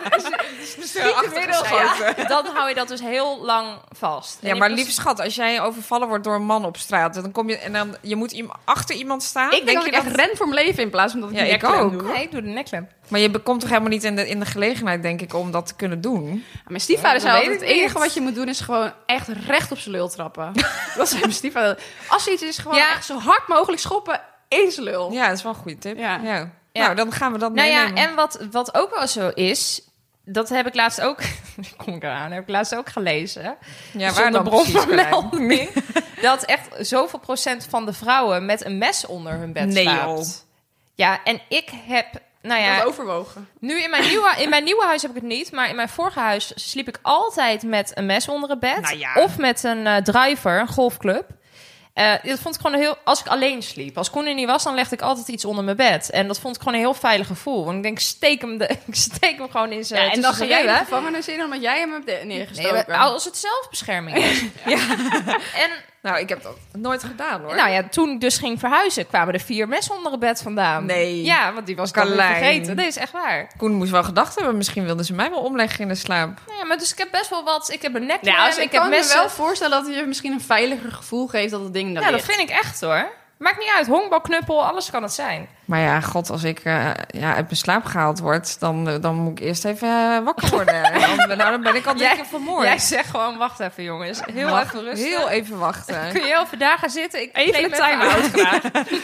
Dan hou je dat dus heel lang vast. Ja, maar lieve schat, als jij overvallen wordt door een man op straat, dan kom je en dan je moet achter iemand staan. Ik denk dat ik echt ren voor mijn leven in plaats van dat ik ik ook. Doe. Nee, ik doe de nekklem. Maar je komt toch helemaal niet in de gelegenheid, denk ik, om dat te kunnen doen. Mijn stiefvader zei altijd, het enige wat je moet doen is gewoon echt recht op zijn lul trappen. Dat zei mijn stiefvader. Als er iets is, gewoon echt zo hard mogelijk schoppen in zijn lul. Ja, dat is wel een goede tip. Ja. Nou, dan gaan we dat meenemen. En wat ook wel zo is, dat heb ik laatst ook... kom ik eraan, heb ik laatst ook gelezen. Ja, waar dan bronvermelding. Dat echt zoveel procent van de vrouwen met een mes onder hun bed slaapt. Ja, en ik heb... Nou ja, dat overwogen. Nu in mijn nieuwe huis heb ik het niet, maar in mijn vorige huis sliep ik altijd met een mes onder het bed. Of met een driver, een golfclub. Dat vond ik gewoon heel... Als ik alleen sliep. Als Koen er niet was, dan legde ik altijd iets onder mijn bed. En dat vond ik gewoon een heel veilig gevoel. Want ik denk, ik steek hem gewoon in zijn... en dan ga jij de gevangenis in omdat jij hem hebt neergestoken. Nee, als het zelfbescherming is. En... Nou, ik heb dat nooit gedaan, hoor. Nou ja, toen ik dus ging verhuizen, kwamen er 4 messen onder het bed vandaan. Nee. Ja, want die was ik dan weer vergeten. Nee, is echt waar. Koen moest wel gedacht hebben. Misschien wilden ze mij wel omleggen in de slaap. Nou ja, maar dus ik heb best wel wat... Ik heb een nekklem, ik kan me wel voorstellen dat je misschien een veiliger gevoel geeft dat het ding daar ligt. Ja, dat vind ik echt, hoor. Maakt niet uit. Honkbalknuppel, alles kan het zijn. Maar ja, god, als ik uit mijn slaap gehaald word, dan moet ik eerst even wakker worden. Dan ben ik al dikke vermoord. Jij zegt gewoon, wacht even, jongens. Heel even rustig. Heel even wachten. Kun je over daar gaan zitten? Ik even een time-out graag.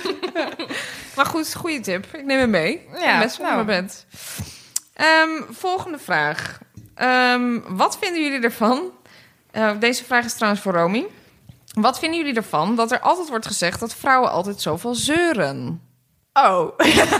Maar goed, goede tip. Ik neem hem mee. Ja, best wel mijn bed. Volgende vraag. Wat vinden jullie ervan? Deze vraag is trouwens voor Romy. Wat vinden jullie ervan dat er altijd wordt gezegd dat vrouwen altijd zoveel zeuren? Oh.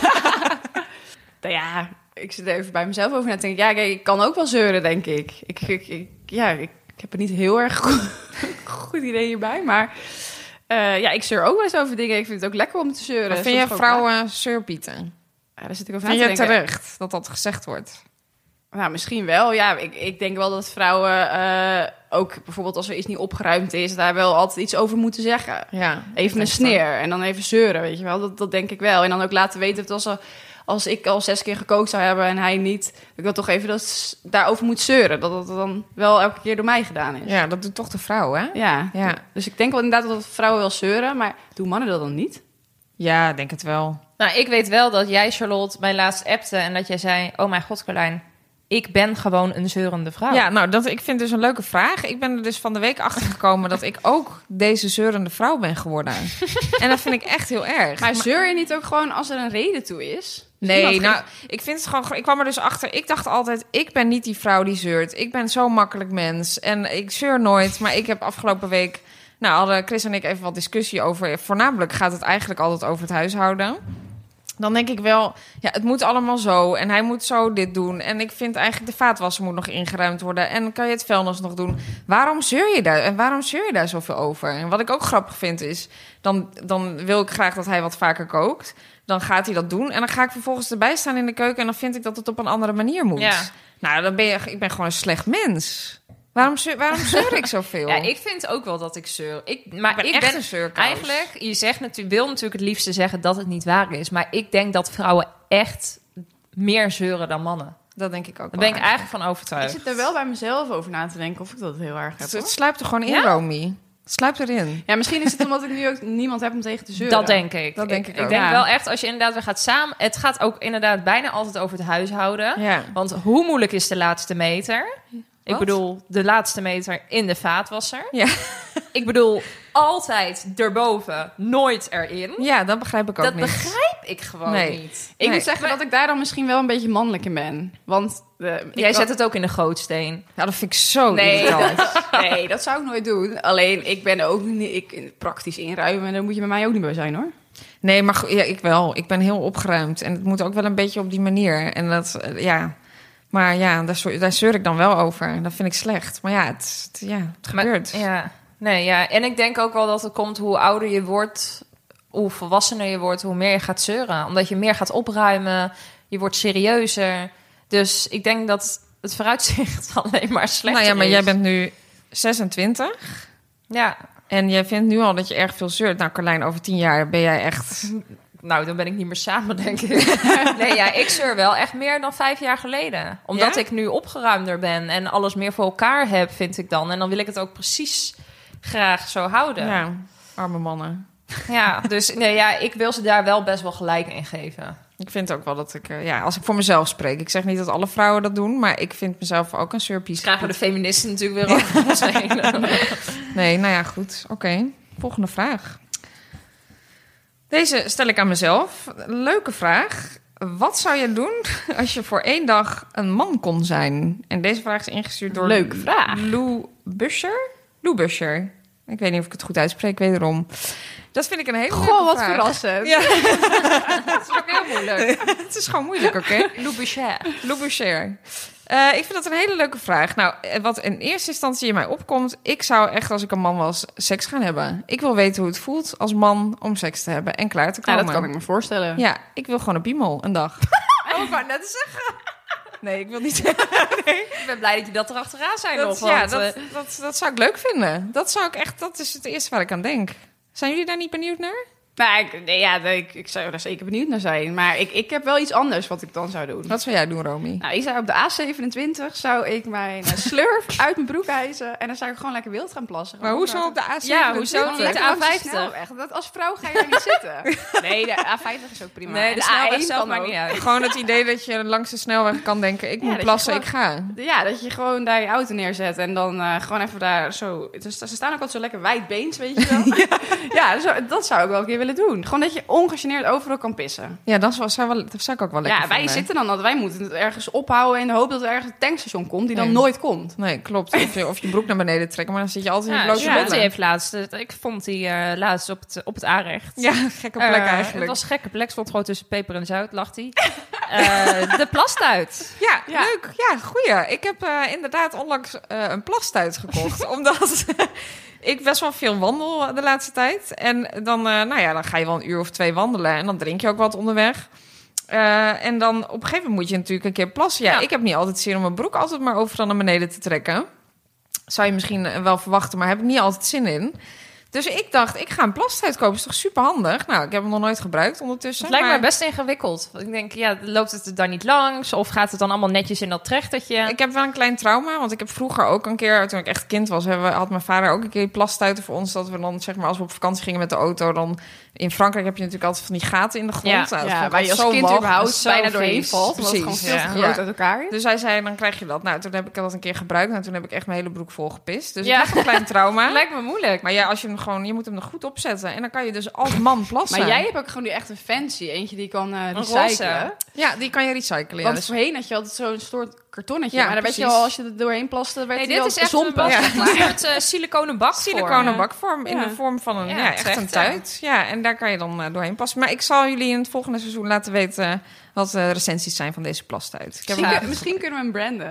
Nou ja, ik zit er even bij mezelf over na te denken. Ja, kijk, ik kan ook wel zeuren, denk ik. Ik heb er niet heel erg goed idee hierbij. Maar ik zeur ook wel eens over dingen. Ik vind het ook lekker om te zeuren. Maar vind je vrouwen zeurpieten? Ja, daar zit ik over na te denken. Vind je terecht dat gezegd wordt? Nou, misschien wel. Ja, ik denk wel dat vrouwen ook bijvoorbeeld als er iets niet opgeruimd is, daar wel altijd iets over moeten zeggen. Ja, even een sneer en dan even zeuren, weet je wel. Dat denk ik wel. En dan ook laten weten dat als ik al 6 keer gekookt zou hebben en hij niet, dat ik dat toch even daarover moet zeuren. Dat het dan wel elke keer door mij gedaan is. Ja, dat doet toch de vrouw, hè? Ja. Dus ik denk wel inderdaad dat vrouwen wel zeuren, maar doen mannen dat dan niet? Ja, denk het wel. Nou, ik weet wel dat jij, Charlotte, mij laatst appte en dat jij zei, oh mijn god, Carlijn, ik ben gewoon een zeurende vrouw. Ja, nou, ik vind dus een leuke vraag. Ik ben er dus van de week achter gekomen dat ik ook deze zeurende vrouw ben geworden. En dat vind ik echt heel erg. Maar zeur je niet ook gewoon als er een reden toe is? Nee, nou, ik vind het gewoon... Ik kwam er dus achter... Ik dacht altijd, ik ben niet die vrouw die zeurt. Ik ben zo'n makkelijk mens. En ik zeur nooit. Maar ik heb afgelopen week... Nou, hadden Chris en ik even wat discussie over... Voornamelijk gaat het eigenlijk altijd over het huishouden. Dan denk ik wel, ja, het moet allemaal zo. En hij moet zo dit doen. En ik vind eigenlijk de vaatwasser moet nog ingeruimd worden. En kan je het vuilnis nog doen? Waarom zeur je daar? En waarom zeur je daar zoveel over? En wat ik ook grappig vind is... Dan wil ik graag dat hij wat vaker kookt. Dan gaat hij dat doen. En dan ga ik vervolgens erbij staan in de keuken. En dan vind ik dat het op een andere manier moet. Ja. Nou, ik ben gewoon een slecht mens. Waarom zeur ik zoveel? Ja, ik vind ook wel dat ik zeur. Ik ben echt een zeurkous. Eigenlijk, wil natuurlijk het liefste zeggen dat het niet waar is. Maar ik denk dat vrouwen echt meer zeuren dan mannen. Dat denk ik ook Daar wel. ben ik eigenlijk van Ik overtuigd. zit er wel bij mezelf over na te denken of ik dat heel erg heb. Het hoor. sluipt er gewoon in, Ja? Romy. Het sluipt erin. Ja, misschien is het omdat ik nu ook niemand heb om tegen te zeuren. Dat denk ik. Dat denk ik ook. Ik denk Ja. wel echt, als je inderdaad weer gaat samen... Het gaat ook inderdaad bijna altijd over het huishouden. Ja. Want hoe moeilijk is de laatste meter? Ik Wat? bedoel, de laatste meter in de vaatwasser. Ja. Ik bedoel, altijd erboven, nooit erin. Ja, dat begrijp ik ook Dat niet. begrijp ik gewoon Nee. niet. Ik Nee. moet zeggen dat ik daar dan misschien wel een beetje mannelijk in ben. Want Jij zet het ook in de gootsteen. Ja, dat vind ik zo Nee, irritant. nee, dat zou ik nooit doen. Alleen, ik ben ook niet... praktisch inruimen, daar moet je bij mij ook niet bij zijn, hoor. Nee, maar ja, ik wel. Ik ben heel opgeruimd. En het moet ook wel een beetje op die manier. En dat, ja... Maar ja, daar zeur ik dan wel over. Dat vind ik slecht. Maar ja, het gebeurt. Ja. Nee, ja. En ik denk ook wel dat het komt hoe ouder je wordt, hoe volwassener je wordt, hoe meer je gaat zeuren. Omdat je meer gaat opruimen, je wordt serieuzer. Dus ik denk dat het vooruitzicht alleen maar slechter Nou ja, maar is. jij bent nu 26. Ja, En jij vindt nu al dat je erg veel zeurt. Nou, Carlijn, over 10 jaar ben jij echt... nou, dan ben ik niet meer samen, denk ik. Nee, ja, ik zeur wel echt meer dan 5 jaar geleden. Omdat Ja? ik nu opgeruimder ben en alles meer voor elkaar heb, vind ik dan. En dan wil ik het ook precies graag zo houden. Ja, arme mannen. Ja, dus nee, ja, ik wil ze daar wel best wel gelijk in geven. Ik vind ook wel dat ik... als ik voor mezelf spreek... Ik zeg niet dat alle vrouwen dat doen... Maar ik vind mezelf ook een zeurpies. Krijgen we de feministen natuurlijk weer over ons heen. Nee, nou ja, goed. Oké. Volgende vraag. Deze stel ik aan mezelf. Leuke vraag. Wat zou je doen als je voor 1 dag een man kon zijn? En deze vraag is ingestuurd door... Leuke vraag. Lou Buscher. Lou Buscher. Ik weet niet of ik het goed uitspreek, wederom. Dat vind ik een hele leuke Goh, wat vraag. verrassend. Ja, Dat is ook heel moeilijk. het is gewoon moeilijk, oké? Lou Boucher. Lou Buscher. Ik vind dat een hele leuke vraag. Nou, wat in eerste instantie in mij opkomt... ik zou echt, als ik een man was, seks gaan hebben. Ik wil weten hoe het voelt als man om seks te hebben en klaar te Nou, komen. dat kan ik me voorstellen. Ja, ik wil gewoon een piemel, een dag. Oh, ik wou net zeggen. Nee, ik wil niet... Ik ben blij dat je dat erachteraan zijn nog. Dat zou ik leuk vinden. Dat is het eerste waar ik aan denk. Zijn jullie daar niet benieuwd naar? Nou, ik zou daar zeker benieuwd naar zijn. Maar ik heb wel iets anders wat ik dan zou doen. Wat zou jij doen, Romy? Nou, ik zou op de A27 zou ik mijn slurf uit mijn broek hijsen. En dan zou ik gewoon lekker wild gaan plassen. Maar hoezo op de A7? Ja, hoezo niet Lekker de langs A50? snelweg. Dat als vrouw ga je daar niet zitten. Nee, de A50 is ook prima. Nee, En de snelweg A1 zelf kan maakt ook. niet uit. Gewoon het idee dat je langs de snelweg kan denken... ik Ja, moet dat je plassen, ik gewoon- ga. Ja, dat je gewoon daar je auto neerzet en dan gewoon even daar zo... Dus, ze staan ook altijd zo lekker wijdbeens, weet je wel. Ja, dat zou ik wel een keer willen doen. Gewoon dat je ongegeneerd overal kan pissen. Ja, dat zou ik ook wel lekker Ja, wij vinden. zitten dan altijd... Wij moeten het ergens ophouden in de hoop dat er ergens een tankstation komt die dan Nee. nooit komt. Nee, klopt. Of je broek naar beneden trekken, maar dan zit je altijd in je Ja, blote Charlotte billen. heeft laatst... Ik vond die laatst op het aanrecht. Ja, gekke plek eigenlijk. Het was een gekke plek. Stond gewoon tussen peper en zout, lag hij. De plastuit. Ja, Ja. leuk. Ja, goeie. Ik heb inderdaad onlangs een plastuit gekocht. Omdat ik best wel veel wandel de laatste tijd. En dan, dan ga je wel 1 uur of 2 wandelen. En dan drink je ook wat onderweg. En dan op een gegeven moment moet je natuurlijk een keer plassen. Ja, Ja. ik heb niet altijd zin om mijn broek altijd maar overal naar beneden te trekken. Zou je misschien wel verwachten, maar heb ik niet altijd zin in. Dus ik dacht, ik ga een plastuit kopen. Is toch super handig? Nou, ik heb hem nog nooit gebruikt ondertussen. Het lijkt maar me best ingewikkeld. Want ik denk, ja, loopt het er dan niet langs? Of gaat het dan allemaal netjes in dat trechtertje? Ik heb wel een klein trauma, want ik heb vroeger ook een keer, toen ik echt kind was, had mijn vader ook een keer plastuiten voor ons, dat we dan, zeg maar, als we op vakantie gingen met de auto, dan in Frankrijk heb je natuurlijk altijd van die gaten in de grond. Ja. Nou, dat vond ik waar je altijd als zo kind walgelijk. überhaupt zo bijna doorheen vies. valt. Omdat het gewoon Precies, veel te ja. groot Ja. uit elkaar is. Dus hij zei, dan krijg je dat. Nou, toen heb ik dat een keer gebruikt en toen heb ik echt mijn hele broek vol gepist. Dus Ja. ik heb een klein trauma. Lijkt me moeilijk. Maar ja, als je hem gewoon, je moet hem er goed opzetten en dan kan je dus als man plassen. Maar jij hebt ook gewoon nu echt een fancy. Eentje die kan roze. recyclen. Ja, die kan je recyclen. Ja, Want dus- voorheen had je altijd zo'n soort kartonnetje. Ja, maar dan weet je precies. al, als je er doorheen plaste, werd Nee, hij dit al is echt zompig. een Ja. soort siliconen bak. Siliconen bakvorm in Ja. de vorm van een, Ja, echt een trechter. tuit. Ja, en daar kan je dan doorheen passen. Maar ik zal jullie in het volgende seizoen laten weten wat de recensies zijn van deze plastuit. Ik heb Misschien, hem- misschien kunnen we hem branden.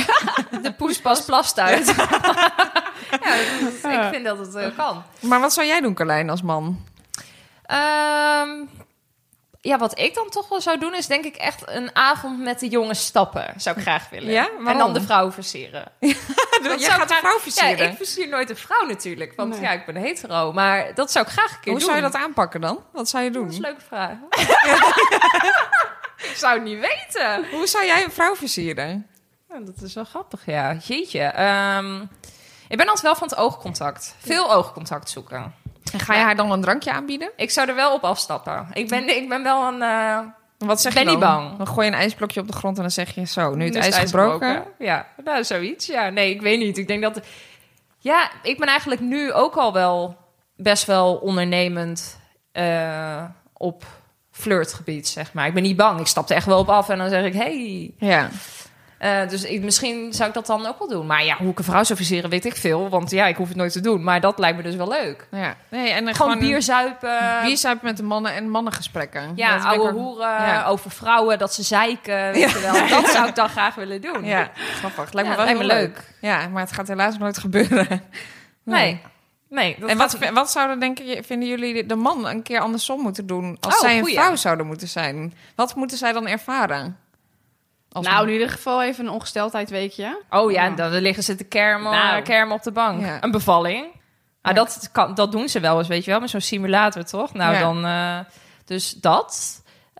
De poespas plastuit. Ik vind dat het kan. Maar wat zou jij doen, Carlijn, als man? wat ik dan toch wel zou doen... is denk ik echt een avond met de jongens stappen. Zou ik graag willen. Ja? En dan de vrouw versieren. Jij gaat de vrouw versieren? Ja, ik versier nooit de vrouw natuurlijk. Want ik ben hetero. Maar dat zou ik graag een keer doen. Hoe zou je dat aanpakken dan? Wat zou je doen? Dat is een leuke vraag. Ik zou het niet weten. Hoe zou jij een vrouw versieren? Nou, dat is wel grappig, ja. Jeetje. Ik ben altijd wel van het oogcontact. Veel oogcontact zoeken. En ga je haar dan een drankje aanbieden? Ik zou er wel op afstappen. Ik ben wel een... Wat zeg ben je dan? niet bang. Dan gooi je een ijsblokje op de grond en dan zeg je zo, nu het is ijs gebroken. Ja, nou, zoiets. Ja, nee, ik weet niet. Ik denk dat... Ja, ik ben eigenlijk nu ook al wel best wel ondernemend op flirtgebied, zeg maar. Ik ben niet bang. Ik stap er echt wel op af en dan zeg ik, hey. Ja. Dus misschien zou ik dat dan ook wel doen. Maar ja, hoe ik een vrouw zou versieren, weet ik veel. Want ja, ik hoef het nooit te doen. Maar dat lijkt me dus wel leuk. Ja. Nee, en gewoon bier zuipen. Bier zuipen met de mannen en mannengesprekken. Ja, ouwe hoeren over vrouwen, dat ze zeiken. Weet je wel. Dat zou ik dan graag willen doen. Ja, grappig. Lijkt me wel lijkt heel me leuk. Ja, maar het gaat helaas nooit gebeuren. Nee. En wat zouden, vinden jullie de man een keer andersom moeten doen... als zij een goeie. vrouw zouden moeten zijn? Wat moeten zij dan ervaren? Nou, in ieder geval even een ongesteldheidweekje. Oh ja, dan liggen ze te kermen op de bank. Ja. Een bevalling. Ah, dat doen ze wel eens, weet je wel. Met zo'n simulator, toch? Nou, dan... dus dat.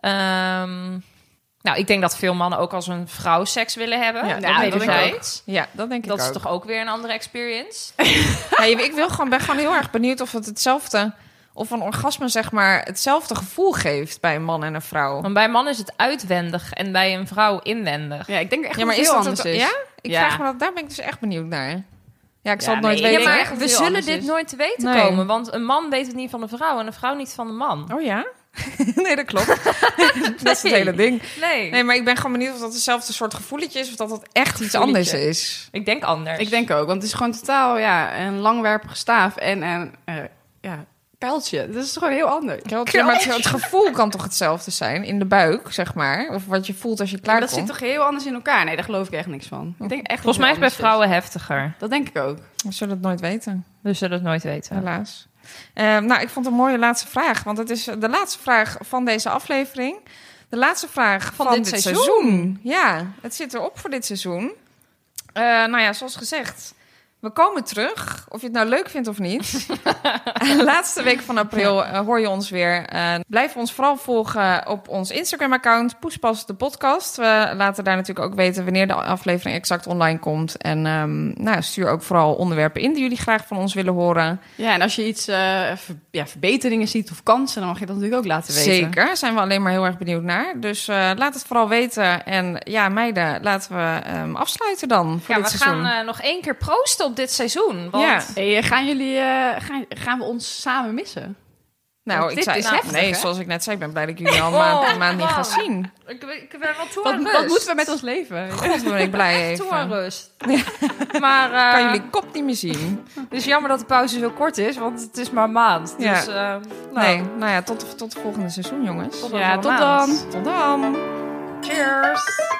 Nou, ik denk dat veel mannen ook als een vrouw seks willen hebben. Ja, dat weet ik. Ja, dat denk ik ook. Dat is toch ook weer een andere experience? Ik ben gewoon heel erg benieuwd of het hetzelfde... of een orgasme, zeg maar, hetzelfde gevoel geeft bij een man en een vrouw. Want bij een man is het uitwendig en bij een vrouw inwendig. Ja, ik denk echt maar dat is heel dat anders is. Ja? Vraag me dat, daar ben ik dus echt benieuwd naar. Ja, ik zal het nooit Ja, weten. maar we zullen dit nooit te weten komen. Want een man weet het niet van de vrouw en een vrouw niet van de man. Oh ja? Nee, dat klopt. Dat is het hele ding. Nee, maar ik ben gewoon benieuwd of dat dezelfde soort gevoeletje is... of dat het echt iets anders is. Ik denk anders. Ik denk ook, want het is gewoon totaal een langwerpige staaf en een kuiltje. Dat is gewoon heel anders. Maar het gevoel kan toch hetzelfde zijn in de buik, zeg maar? Of wat je voelt als je klaar komt. Dat zit toch heel anders in elkaar? Nee, daar geloof ik echt niks van. Ik denk echt volgens mij is het bij vrouwen heftiger. Dat denk ik ook. We zullen het nooit weten. Helaas. Nou, ik vond het een mooie laatste vraag. Want het is de laatste vraag van deze aflevering. De laatste vraag van dit seizoen. Ja, het zit erop voor dit seizoen. Nou ja, zoals gezegd... We komen terug, of je het nou leuk vindt of niet. Laatste week van april hoor je ons weer. Blijf ons vooral volgen op ons Instagram-account, Poespas de podcast. We laten daar natuurlijk ook weten wanneer de aflevering exact online komt. En stuur ook vooral onderwerpen in die jullie graag van ons willen horen. Ja, en als je iets verbeteringen ziet of kansen, dan mag je dat natuurlijk ook laten weten. Zeker, daar zijn we alleen maar heel erg benieuwd naar. Dus laat het vooral weten. En ja, meiden, laten we afsluiten dan voor dit seizoen. We gaan nog 1 keer proosten op dit seizoen. Want... Hey, gaan we ons samen missen? Nou, dit is heftig, nee, zoals ik net zei, ik ben blij dat ik jullie al een maand niet ga zien. Ik ben wel toe aan rust. Wat moeten we met ons leven? God, ben ik blij even. Toe aan rust. Maar kan jullie kop niet meer zien. Het is jammer dat de pauze zo kort is, want het is maar een maand. Ja. Dus, tot het volgende seizoen, jongens. Tot dan. Tot dan. Cheers.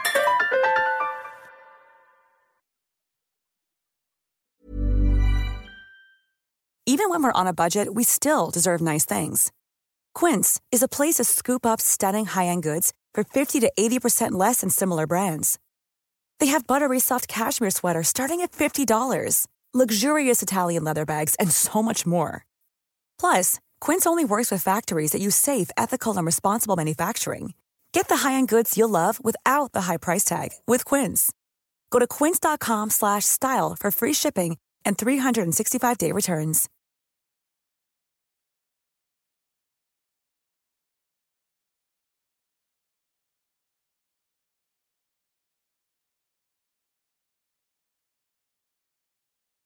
Even when we're on a budget, we still deserve nice things. Quince is a place to scoop up stunning high-end goods for 50 to 80% less than similar brands. They have buttery soft cashmere sweaters starting at $50, luxurious Italian leather bags, and so much more. Plus, Quince only works with factories that use safe, ethical, and responsible manufacturing. Get the high-end goods you'll love without the high price tag with Quince. Go to quince.com/style for free shipping and 365-day returns.